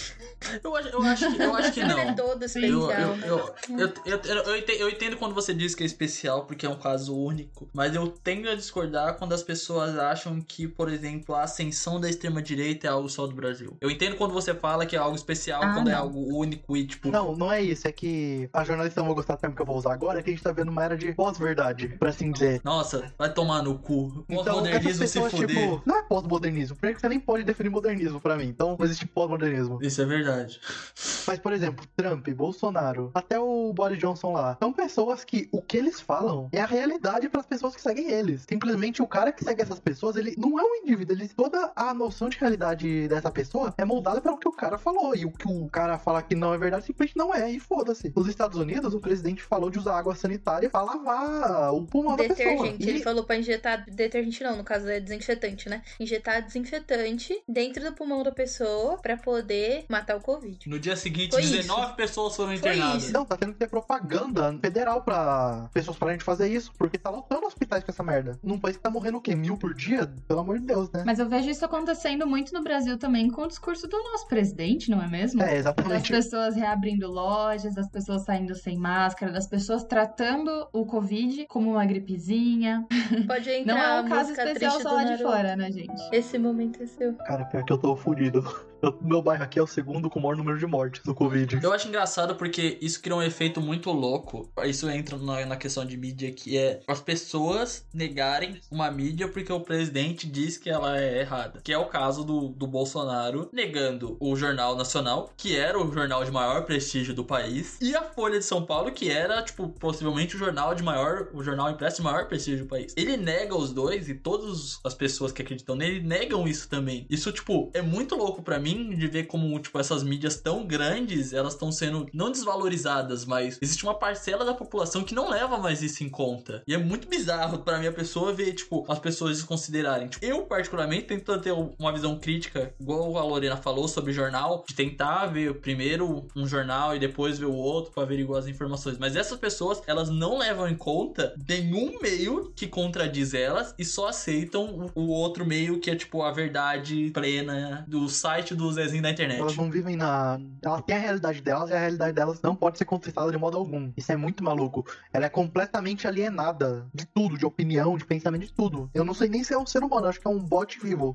Speaker 4: Eu acho, eu acho que, eu acho que não.
Speaker 5: É todo
Speaker 4: Eu,
Speaker 5: especial.
Speaker 4: eu,
Speaker 5: né?
Speaker 4: eu, eu, eu, eu, eu entendo, eu entendo quando você diz que é especial, porque é um caso único, mas eu tendo a discordar quando as pessoas acham que, por exemplo, a ascensão da extrema-direita é algo só do Brasil. Eu entendo quando você fala que é algo especial,
Speaker 6: Ah,
Speaker 4: quando é
Speaker 6: não.
Speaker 4: algo único e, tipo...
Speaker 7: Não, não é isso. É que a jornalista não vai gostar do termo que eu vou usar agora, é que a gente tá vendo uma era de pós-verdade, pra assim dizer.
Speaker 4: Nossa, vai tomar no cu.
Speaker 7: Então, essas
Speaker 4: Pós-modernismo se
Speaker 7: pessoas,
Speaker 4: fuder.
Speaker 7: tipo, não é pós-modernismo, porque você nem pode definir modernismo pra mim. Então, não existe pós-modernismo.
Speaker 4: Isso é verdade.
Speaker 7: Mas, por exemplo, Trump, Bolsonaro, até o Boris Johnson lá, são pessoas que o que eles falam é a realidade para as pessoas que seguem eles. Simplesmente o cara que segue essas pessoas, ele não é um indivíduo, ele, toda a noção de realidade dessa pessoa é moldada pelo que o cara falou. E o que o cara fala que não é verdade, simplesmente não é, e foda-se. Nos Estados Unidos, o presidente falou de usar água sanitária pra lavar o pulmão da pessoa.
Speaker 5: Detergente, ele
Speaker 7: E-
Speaker 5: falou pra injetar detergente não, no caso é desinfetante, né? Injetar desinfetante dentro do pulmão da pessoa pra poder matar o Covid.
Speaker 4: No dia seguinte,
Speaker 5: Foi
Speaker 4: dezenove
Speaker 5: isso.
Speaker 4: pessoas foram
Speaker 5: Foi
Speaker 4: internadas.
Speaker 5: isso.
Speaker 7: Não, tá tendo que ter propaganda federal pra pessoas pararem de fazer isso, porque tá lotando hospitais com essa merda. Num país que tá morrendo o quê? Mil por dia? Pelo amor de Deus, né?
Speaker 6: Mas eu vejo isso acontecendo muito no Brasil também com o discurso do nosso presidente, não é mesmo?
Speaker 7: É,
Speaker 6: Das
Speaker 7: exatamente.
Speaker 6: pessoas reabrindo lojas, das pessoas saindo sem máscara, das pessoas tratando o Covid como uma gripezinha.
Speaker 5: Pode entrar
Speaker 6: Não é
Speaker 5: a
Speaker 6: um caso
Speaker 5: música
Speaker 6: especial
Speaker 5: triste
Speaker 6: só
Speaker 5: do
Speaker 6: lá de
Speaker 5: Naruto.
Speaker 6: fora, né, gente?
Speaker 5: Esse momento é seu.
Speaker 7: Cara, pior que eu tô fudido. Eu- meu bairro aqui é o segundo com o maior número de mortes do Covid.
Speaker 4: Eu acho engraçado porque isso cria um efeito muito louco. Isso entra na, na questão de mídia, que é as pessoas negarem uma mídia porque o presidente diz que ela é errada. Que é o caso do, do Bolsonaro negando o Jornal Nacional, que era o jornal de maior prestígio do país, e a Folha de São Paulo, que era, tipo, possivelmente o jornal de maior, o jornal impresso de maior prestígio do país. Ele nega os dois, e todas as pessoas que acreditam nele negam isso também. Isso, tipo, é muito louco pra mim de ver como, tipo, essas mídias tão grandes, elas estão sendo não desvalorizadas, mas existe uma parcela da população que não leva mais isso em conta. E é muito bizarro pra mim a pessoa ver, tipo, as pessoas desconsiderarem. Tipo, eu, particularmente, tento ter uma visão crítica, igual a Lorena falou sobre jornal, de tentar ver primeiro um jornal e depois ver o outro pra averiguar as informações. Mas essas pessoas, elas não levam em conta nenhum meio que contradiz elas e só aceitam o, o outro meio que é, tipo, a verdade plena do site do Zezinho da internet.
Speaker 7: Elas não vivem na... Elas têm a realidade delas e a realidade delas não pode ser contestada de modo algum. Isso é muito maluco. Ela é completamente alienada de tudo, de opinião, de pensamento, de tudo. Eu não sei nem se é um ser humano, acho que é um bot vivo.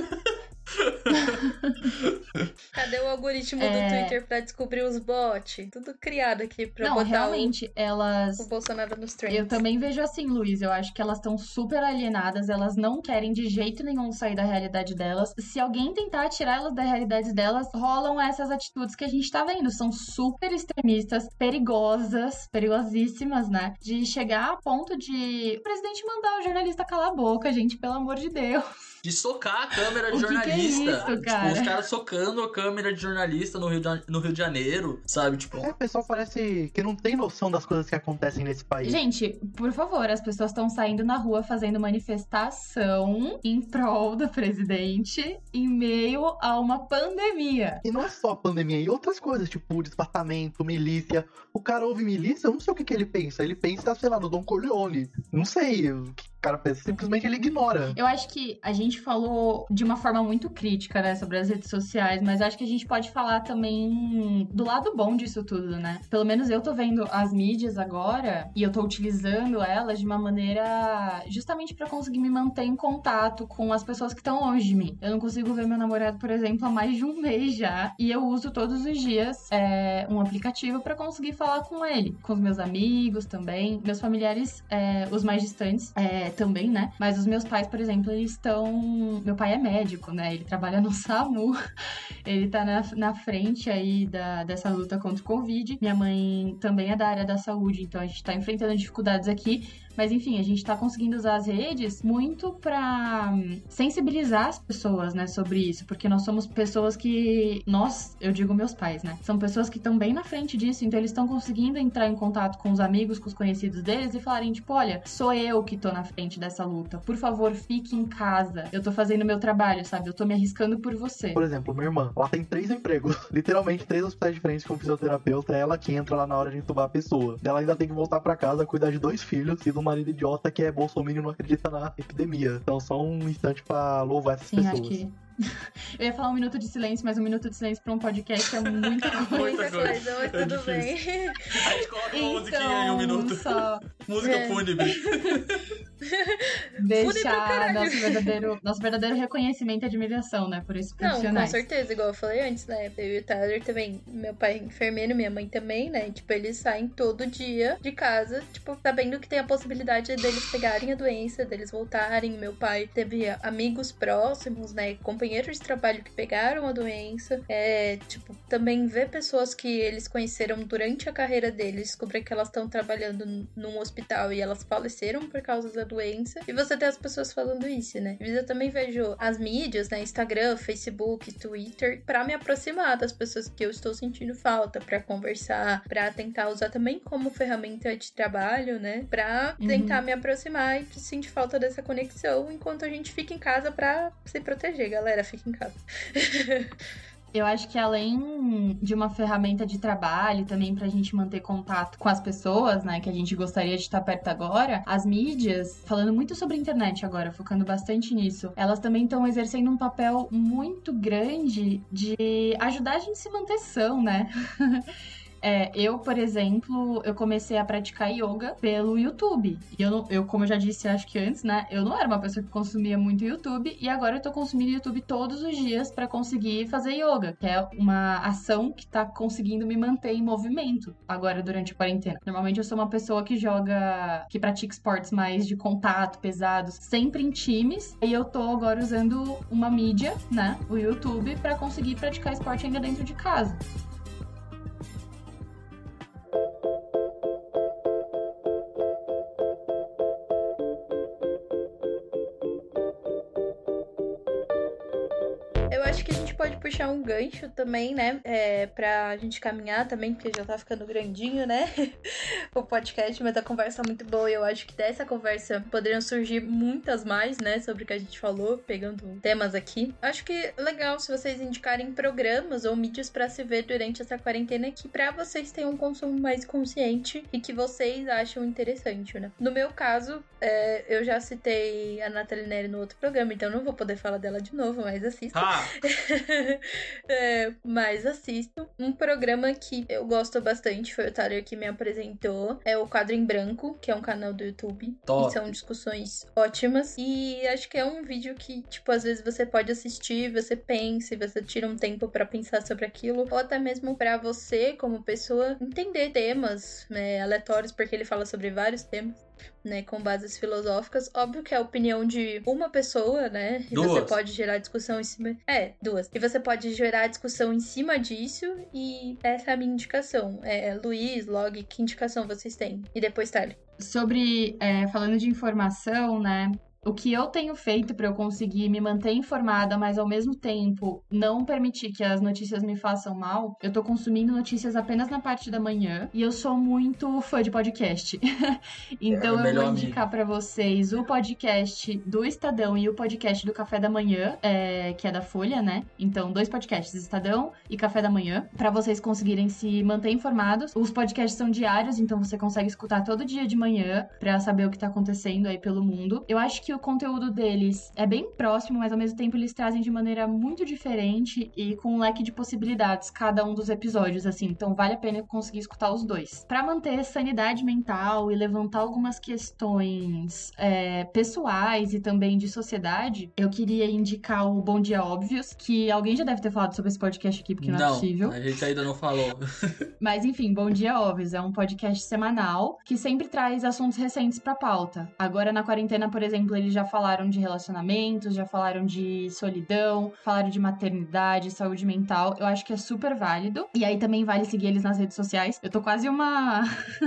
Speaker 5: Cadê o algoritmo
Speaker 6: É.
Speaker 5: do Twitter pra descobrir os bots? Tudo criado aqui pra
Speaker 6: Não,
Speaker 5: botar
Speaker 6: realmente, elas...
Speaker 5: o, o Bolsonaro nos trends.
Speaker 6: Eu também vejo assim, Luiz. Eu acho que elas estão super alienadas, elas não querem de jeito nenhum sair da realidade delas. Se alguém tentar tirar elas da realidade delas, rolam essas atitudes que a gente tá vendo. São super extremistas, perigosas, perigosíssimas, né? De chegar a ponto de o presidente mandar o jornalista calar a boca, gente, pelo amor de Deus.
Speaker 4: de socar a câmera de
Speaker 6: O que que é
Speaker 4: jornalista.
Speaker 6: isso,
Speaker 4: Tipo,
Speaker 6: cara?
Speaker 4: os caras socando a câmera de jornalista no Rio de, no Rio de Janeiro, sabe? Tipo,
Speaker 7: É, o pessoal parece que não tem noção das coisas que acontecem nesse país.
Speaker 6: Gente, por favor, as pessoas estão saindo na rua fazendo manifestação em prol do presidente em meio a uma pandemia.
Speaker 7: E não é só a pandemia, e outras coisas, tipo desmatamento, milícia. O cara ouve milícia, eu não sei o que, que ele pensa. Ele pensa, sei lá, no Don Corleone. Não sei o que o cara pensa, simplesmente ele ignora.
Speaker 6: Eu acho que a gente falou de uma forma muito crítica, né, sobre as redes sociais, mas acho que a gente pode falar também do lado bom disso tudo, né? Pelo menos eu tô vendo as mídias agora e eu tô utilizando elas de uma maneira justamente pra conseguir me manter em contato com as pessoas que estão longe de mim. Eu não consigo ver meu namorado, por exemplo, há mais de um mês já, e eu uso todos os dias é, um aplicativo pra conseguir falar com ele, com os meus amigos também, meus familiares, é, os mais distantes, é, também, né? Mas os meus pais, por exemplo, eles estão... Meu pai é médico, né? Ele trabalha no SAMU. Ele tá na, na frente aí da, dessa luta contra o Covid. Minha mãe também é da área da saúde, então a gente tá enfrentando dificuldades aqui. Mas enfim, a gente tá conseguindo usar as redes muito pra sensibilizar as pessoas, né, sobre isso. Porque nós somos pessoas que... Nós, eu digo meus pais, né? São pessoas que estão bem na frente disso. Então eles estão conseguindo entrar em contato com os amigos, com os conhecidos deles e falarem, tipo, olha, sou eu que tô na frente dessa luta. Por favor, fique em casa. Eu tô fazendo meu trabalho, sabe? Eu tô me arriscando por você.
Speaker 7: Por exemplo, minha irmã, ela tem três empregos. Literalmente, três hospitais diferentes como fisioterapeuta. É ela que entra lá na hora de entubar a pessoa. Ela ainda tem que voltar pra casa, cuidar de dois filhos e do marido idiota que é bolsominion e não acredita na epidemia. Então, só um instante pra louvar essas
Speaker 6: Sim,
Speaker 7: pessoas.
Speaker 6: acho que... Eu ia falar um minuto de silêncio, mas um minuto de silêncio pra um podcast é muita coisa.
Speaker 5: Muita coisa, mas
Speaker 4: É
Speaker 5: tudo
Speaker 4: difícil.
Speaker 5: bem.
Speaker 4: a gente coloca uma musiquinha em um minuto.
Speaker 6: Só
Speaker 4: Música
Speaker 5: É.
Speaker 4: fúnebre.
Speaker 6: deixar nosso verdadeiro, nosso verdadeiro reconhecimento e admiração, né, por esses
Speaker 5: Não, com
Speaker 6: profissionais.
Speaker 5: certeza, igual eu falei antes, né? Eu e o Tyler também, meu pai é enfermeiro, minha mãe também, né? Tipo, eles saem todo dia de casa, tipo, sabendo que tem a possibilidade deles pegarem a doença, deles voltarem. Meu pai teve amigos próximos, né? Companheiros de trabalho que pegaram a doença. É, tipo, também ver pessoas que eles conheceram durante a carreira deles, descobrir que elas estão trabalhando num hospital e elas faleceram por causa da doença. E você ter as pessoas falando isso, né? Mas eu também vejo as mídias, né? Instagram, Facebook, Twitter, pra me aproximar das pessoas que eu estou sentindo falta, pra conversar, pra tentar usar também como ferramenta de trabalho, né? Pra tentar
Speaker 6: Uhum.
Speaker 5: me aproximar e sentir falta dessa conexão enquanto a gente fica em casa pra se proteger, galera. Fica em casa.
Speaker 6: Eu acho que além de uma ferramenta de trabalho, também pra gente manter contato com as pessoas, né, que a gente gostaria de estar perto agora, as mídias, falando muito sobre a internet agora, focando bastante nisso, elas também estão exercendo um papel muito grande de ajudar a gente a se manter são, né? É, eu, por exemplo, eu comecei a praticar yoga pelo YouTube. E eu, não, eu, como eu já disse, acho que antes, né? Eu não era uma pessoa que consumia muito YouTube. E agora eu tô consumindo YouTube todos os dias pra conseguir fazer yoga. Que é uma ação que tá conseguindo me manter em movimento agora durante a quarentena. Normalmente eu sou uma pessoa que joga, que pratica esportes mais de contato, pesados, sempre em times. E eu tô agora usando uma mídia, né? O YouTube, pra conseguir praticar esporte ainda dentro de casa.
Speaker 5: Eu acho que a gente pode puxar um gancho também, né? É, pra gente caminhar também, porque já tá ficando grandinho, né? O podcast, mas a conversa é muito boa. E eu acho que dessa conversa poderiam surgir muitas mais, né? Sobre o que a gente falou, pegando temas aqui. Acho que é legal se vocês indicarem programas ou mídias pra se ver durante essa quarentena que pra vocês tenham um consumo mais consciente e que vocês acham interessante, né? No meu caso, é, eu já citei a Nathalie Neri no outro programa, então não vou poder falar dela de novo, mas assista.
Speaker 4: Ah,
Speaker 5: É, mas assisto. Um programa que eu gosto bastante, foi o Tyler que me apresentou, é o Quadro em Branco, que é um canal do YouTube.
Speaker 4: Top.
Speaker 5: E são discussões ótimas. E acho que é um vídeo que, tipo, às vezes você pode assistir, você pensa, e você tira um tempo pra pensar sobre aquilo, ou até mesmo pra você, como pessoa, entender temas, né, aleatórios, porque ele fala sobre vários temas, né, com bases filosóficas. Óbvio que é a opinião de uma pessoa, né? E
Speaker 4: Duas.
Speaker 5: você pode gerar discussão em cima... É, duas. E você pode gerar discussão em cima disso, e essa é a minha indicação. É, Luiz, Log, que indicação vocês têm? E depois, Tyler.
Speaker 6: Sobre, é, falando de informação, né? O que eu tenho feito pra eu conseguir me manter informada, mas ao mesmo tempo não permitir que as notícias me façam mal, eu tô consumindo notícias apenas na parte da manhã e eu sou muito fã de podcast. Então
Speaker 4: É,
Speaker 6: eu vou
Speaker 4: melhor
Speaker 6: indicar pra vocês o podcast do Estadão e o podcast do Café da Manhã, é, que é da Folha, né? Então, dois podcasts, Estadão e Café da Manhã, pra vocês conseguirem se manter informados. Os podcasts são diários, então você consegue escutar todo dia de manhã pra saber o que tá acontecendo aí pelo mundo. Eu acho que o conteúdo deles é bem próximo, mas ao mesmo tempo eles trazem de maneira muito diferente e com um leque de possibilidades cada um dos episódios, assim. Então vale a pena conseguir escutar os dois. Pra manter sanidade mental e levantar algumas questões é, pessoais e também de sociedade, eu queria indicar o Bom Dia Óbvios, que alguém já deve ter falado sobre esse podcast aqui, porque não,
Speaker 4: Não,
Speaker 6: é possível.
Speaker 4: a gente ainda não falou.
Speaker 6: Mas enfim, Bom Dia Óbvios é um podcast semanal que sempre traz assuntos recentes pra pauta. Agora na quarentena, por exemplo, eles já falaram de relacionamentos, já falaram de solidão, falaram de maternidade, saúde mental. Eu acho que é super válido. E aí também vale seguir eles nas redes sociais. Eu tô quase uma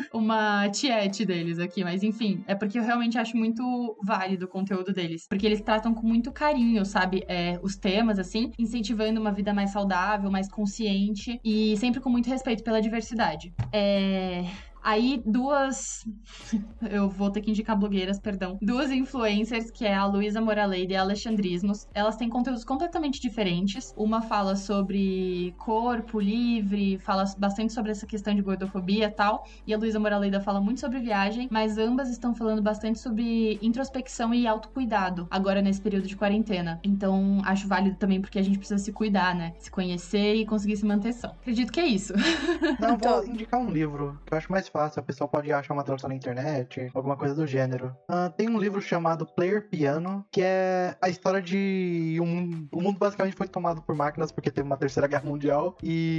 Speaker 6: uma tiete deles aqui, mas enfim, é porque eu realmente acho muito válido o conteúdo deles. Porque eles tratam com muito carinho, sabe, é, os temas, assim, incentivando uma vida mais saudável, mais consciente e sempre com muito respeito pela diversidade. É... Aí, duas... Eu vou ter que indicar blogueiras, perdão. Duas influencers, que é a Luísa Moraleida e a Alexandrismos. Elas têm conteúdos completamente diferentes. Uma fala sobre corpo livre, fala bastante sobre essa questão de gordofobia e tal. E a Luísa Moraleida fala muito sobre viagem. Mas ambas estão falando bastante sobre introspecção e autocuidado, agora nesse período de quarentena. Então, acho válido também, porque a gente precisa se cuidar, né? Se conhecer e conseguir se manter são. Acredito que é isso.
Speaker 7: Não, vou indicar um livro, que eu acho mais fácil. A pessoa pode achar uma tradução na internet, alguma coisa do gênero. Uh, tem um livro chamado Player Piano, que é a história de um... O mundo basicamente foi tomado por máquinas, porque teve uma terceira guerra mundial,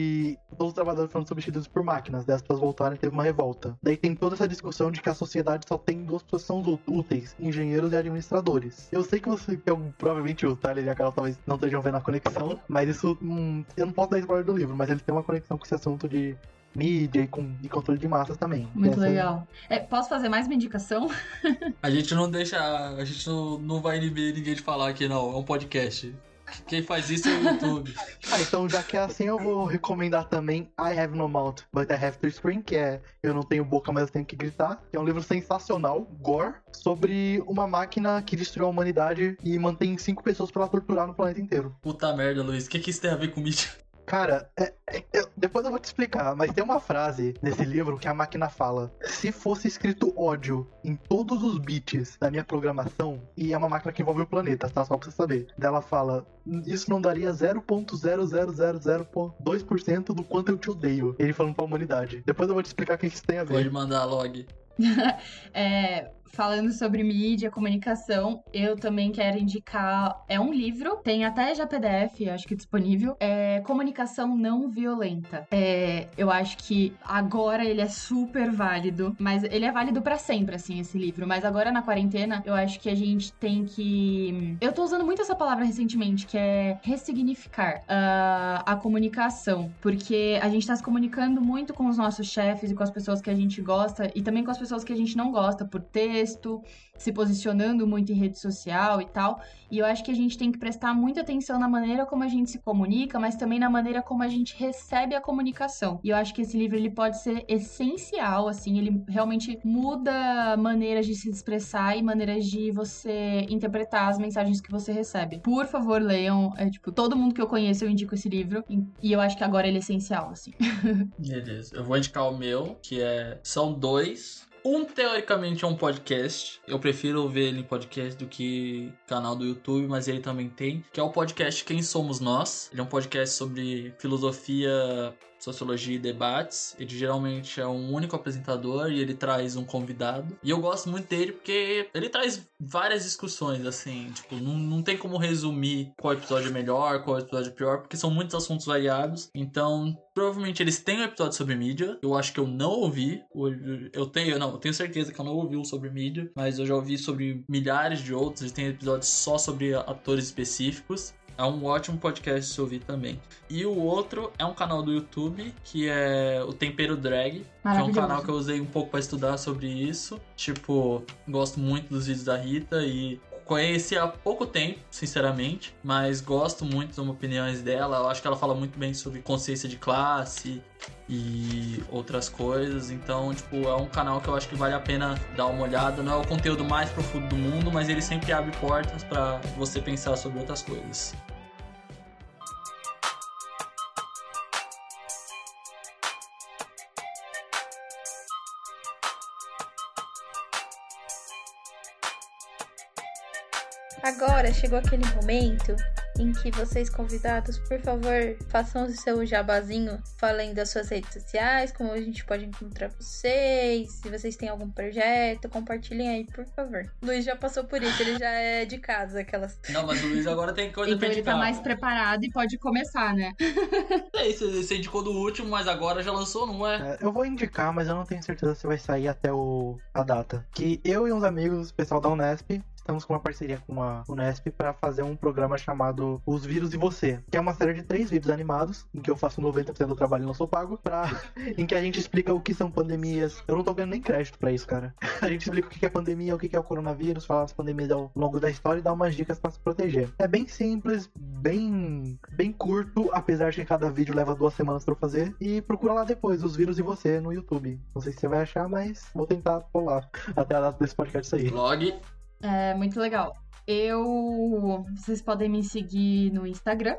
Speaker 7: e todos os trabalhadores foram substituídos por máquinas. Daí as pessoas voltaram e teve uma revolta. Daí tem toda essa discussão de que a sociedade só tem duas pessoas que são úteis, engenheiros e administradores. Eu sei que você, que eu, provavelmente o Tyler e a Carol talvez não estejam vendo a conexão, mas isso, hum, eu não posso dar spoiler do livro, mas ele tem uma conexão com esse assunto de mídia e, com, e controle de massas também.
Speaker 6: Muito
Speaker 7: Essa...
Speaker 6: legal. É, posso fazer mais uma indicação?
Speaker 4: A gente não deixa. A gente não, não vai inibir ninguém de falar aqui, não. É um podcast. Quem faz isso é o YouTube.
Speaker 7: Ah, então já que é assim, eu vou recomendar também I Have No Mouth, But I Have to Scream, que é Eu Não Tenho Boca, Mas Eu Tenho Que Gritar, que é um livro sensacional, gore, sobre uma máquina que destruiu a humanidade e mantém cinco pessoas pra torturar no planeta inteiro.
Speaker 4: Puta merda, Luiz. O que, que isso tem a ver com mídia?
Speaker 7: Cara, é, é, eu, depois eu vou te explicar, mas tem uma frase nesse livro que a máquina fala: se fosse escrito ódio em todos os bits da minha programação, e é uma máquina que envolve o planeta, tá? Só pra você saber. Daí ela fala: isso não daria zero vírgula zero zero zero zero dois por cento do quanto eu te odeio. Ele falando pra humanidade. Depois eu vou te explicar o que isso tem a ver.
Speaker 4: Pode mandar log.
Speaker 6: É, falando sobre mídia, comunicação, eu também quero indicar, é um livro, tem até já P D F, acho que disponível, é Comunicação Não Violenta. É, eu acho que agora ele é super válido, mas ele é válido pra sempre, assim, esse livro, mas agora na quarentena, eu acho que a gente tem que... Eu tô usando muito essa palavra recentemente, que é ressignificar uh, a comunicação, porque a gente tá se comunicando muito com os nossos chefes e com as pessoas que a gente gosta, e também com as pessoas que a gente não gosta, por texto, se posicionando muito em rede social e tal. E eu acho que a gente tem que prestar muita atenção na maneira como a gente se comunica, mas também na maneira como a gente recebe a comunicação. E eu acho que esse livro, ele pode ser essencial, assim, ele realmente muda maneiras de se expressar e maneiras de você interpretar as mensagens que você recebe. Por favor, leiam. É, tipo, todo mundo que eu conheço, eu indico esse livro. E eu acho que agora ele é essencial, assim.
Speaker 4: Beleza. Eu vou indicar o meu, que é... São dois... Um, teoricamente, é um podcast. Eu prefiro ver ele em podcast do que canal do YouTube, mas ele também tem. Que é o podcast Quem Somos Nós. Ele é um podcast sobre filosofia, sociologia e debates. Ele geralmente é um único apresentador e ele traz um convidado. E eu gosto muito dele porque ele traz várias discussões, assim. Tipo, não, não tem como resumir qual episódio é melhor, qual episódio é pior, porque são muitos assuntos variados. Então... Provavelmente eles têm um episódio sobre mídia. Eu acho que eu não ouvi. Eu tenho, não, eu tenho certeza que eu não ouvi um sobre mídia. Mas eu já ouvi sobre milhares de outros. Eles têm episódios só sobre atores específicos. É um ótimo podcast se ouvir também. E o outro é um canal do YouTube, que é o Tempero Drag. Que é um canal que eu usei um pouco pra estudar sobre isso. Tipo, gosto muito dos vídeos da Rita e... conheci há pouco tempo, sinceramente, mas gosto muito das opiniões dela. Eu acho que ela fala muito bem sobre consciência de classe e outras coisas. Então, tipo, é um canal que eu acho que vale a pena dar uma olhada. Não é o conteúdo mais profundo do mundo, mas ele sempre abre portas pra você pensar sobre outras coisas.
Speaker 5: Agora chegou aquele momento em que vocês convidados, por favor, façam o seu jabazinho, falem das suas redes sociais, como a gente pode encontrar vocês, se vocês têm algum projeto, compartilhem aí, por favor. Luiz já passou por isso, ele já é de casa, aquelas...
Speaker 4: Não, mas o Luiz agora tem coisa
Speaker 6: Então
Speaker 4: pra
Speaker 6: ele
Speaker 4: indicar.
Speaker 6: tá mais preparado e pode começar, né?
Speaker 4: É isso, você indicou do último, mas agora já lançou, não é?
Speaker 7: É, eu vou indicar, mas eu não tenho certeza se vai sair até o, a data. Que eu e uns amigos, pessoal da Unesp, estamos com uma parceria com a Unesp para fazer um programa chamado Os Vírus e Você, que é uma série de três vídeos animados, em que eu faço noventa por cento do trabalho e não sou pago, pra... em que a gente explica o que são pandemias. Eu não tô ganhando nem crédito pra isso, cara. A gente explica o que é pandemia, o que é o coronavírus, fala as pandemias ao longo da história e dá umas dicas pra se proteger. É bem simples, bem, bem curto, apesar de que cada vídeo leva duas semanas pra eu fazer. E procura lá depois, Os Vírus e Você, no YouTube. Não sei se você vai achar, mas vou tentar pular até a data desse podcast sair.
Speaker 4: Blog.
Speaker 6: É muito legal. Eu... Vocês podem me seguir no Instagram.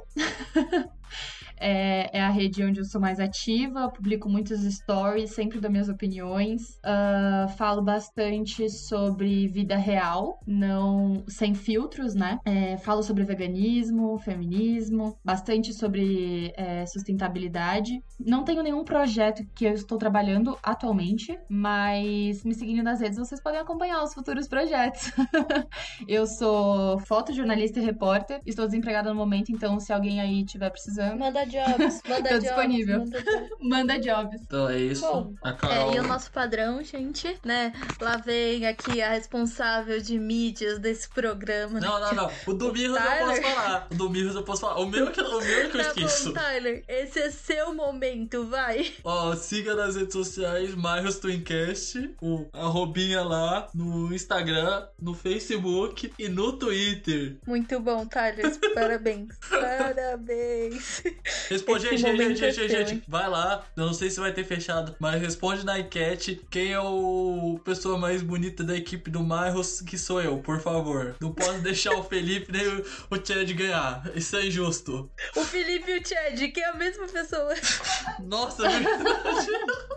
Speaker 6: É, é a rede onde eu sou mais ativa, publico muitos stories, sempre dou minhas opiniões. Uh, falo bastante sobre vida real, não sem filtros, né? É, falo sobre veganismo, feminismo, bastante sobre é, sustentabilidade. Não tenho nenhum projeto que eu estou trabalhando atualmente, mas me seguindo nas redes vocês podem acompanhar os futuros projetos. Eu sou fotojornalista e repórter, estou desempregada no momento, então se alguém aí estiver precisando...
Speaker 5: Manda jobs, manda
Speaker 6: Tô
Speaker 5: jobs.
Speaker 6: disponível.
Speaker 5: Manda jobs.
Speaker 6: Manda jobs.
Speaker 4: Então é isso.
Speaker 5: Bom,
Speaker 4: A Carol...
Speaker 5: É, e o nosso padrão, gente, né? Lá vem aqui a responsável de mídias desse programa.
Speaker 4: Não, não, não. O do Mirros eu
Speaker 5: Tyler.
Speaker 4: posso falar. O do Mirros eu posso falar. O meu que, o meu que eu
Speaker 5: Tá
Speaker 4: esqueço.
Speaker 5: bom, Tyler, esse é seu momento, vai.
Speaker 4: Ó, siga nas redes sociais Myros Twincast, o arrobinha lá no Instagram, no Facebook e no Twitter.
Speaker 5: Muito bom, Tyler. Parabéns. Parabéns.
Speaker 4: Responde,
Speaker 5: Esse
Speaker 4: gente, gente,
Speaker 5: momento é
Speaker 4: gente,
Speaker 5: seu,
Speaker 4: gente,
Speaker 5: hein?
Speaker 4: vai lá. Eu não sei se vai ter fechado, mas responde na enquete quem é o pessoa mais bonita da equipe do Myros, que sou eu, por favor. Não posso deixar o Felipe nem o, o Chad ganhar. Isso é injusto.
Speaker 5: O Felipe e o Chad, que é a mesma pessoa.
Speaker 4: Nossa, é verdade.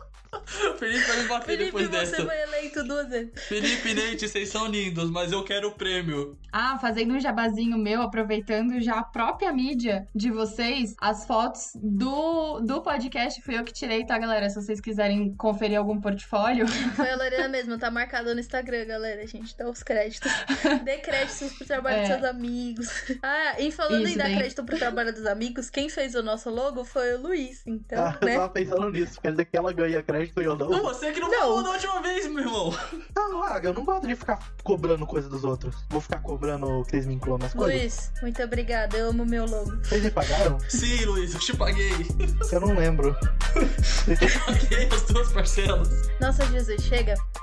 Speaker 4: O Felipe vai me bater
Speaker 5: Felipe,
Speaker 4: depois
Speaker 5: você
Speaker 4: dessa.
Speaker 5: foi eleito duas vezes.
Speaker 4: Felipe e Neite, vocês são lindos, mas eu quero o prêmio.
Speaker 6: Ah, fazendo um jabazinho meu, aproveitando já a própria mídia de vocês, as fotos do, do podcast fui eu que tirei, tá, galera? Se vocês quiserem conferir algum portfólio.
Speaker 5: Foi a Lorena mesmo, tá marcado no Instagram, galera. A gente dá os créditos. Dê créditos pro trabalho
Speaker 6: É.
Speaker 5: dos seus amigos. Ah, e falando
Speaker 6: Isso,
Speaker 5: em dar
Speaker 6: bem.
Speaker 5: crédito pro trabalho dos amigos, quem fez o nosso logo foi o Luiz. Então,
Speaker 7: Ah, eu
Speaker 5: né?
Speaker 7: tava pensando nisso, quer dizer que ela ganha crédito e eu não.
Speaker 4: Não, você que não,
Speaker 5: Não.
Speaker 4: falou da última vez, meu irmão.
Speaker 7: Não, Laga, eu não gosto de ficar cobrando coisa dos outros. Vou ficar cobrando que eles me incluam nas coisas.
Speaker 5: Luiz, muito obrigada. Eu amo meu logo.
Speaker 7: Vocês me pagaram?
Speaker 4: Sim, Luiz, eu te paguei.
Speaker 7: Eu não lembro.
Speaker 4: Paguei as duas parcelas.
Speaker 5: Nossa, Jesus, chega.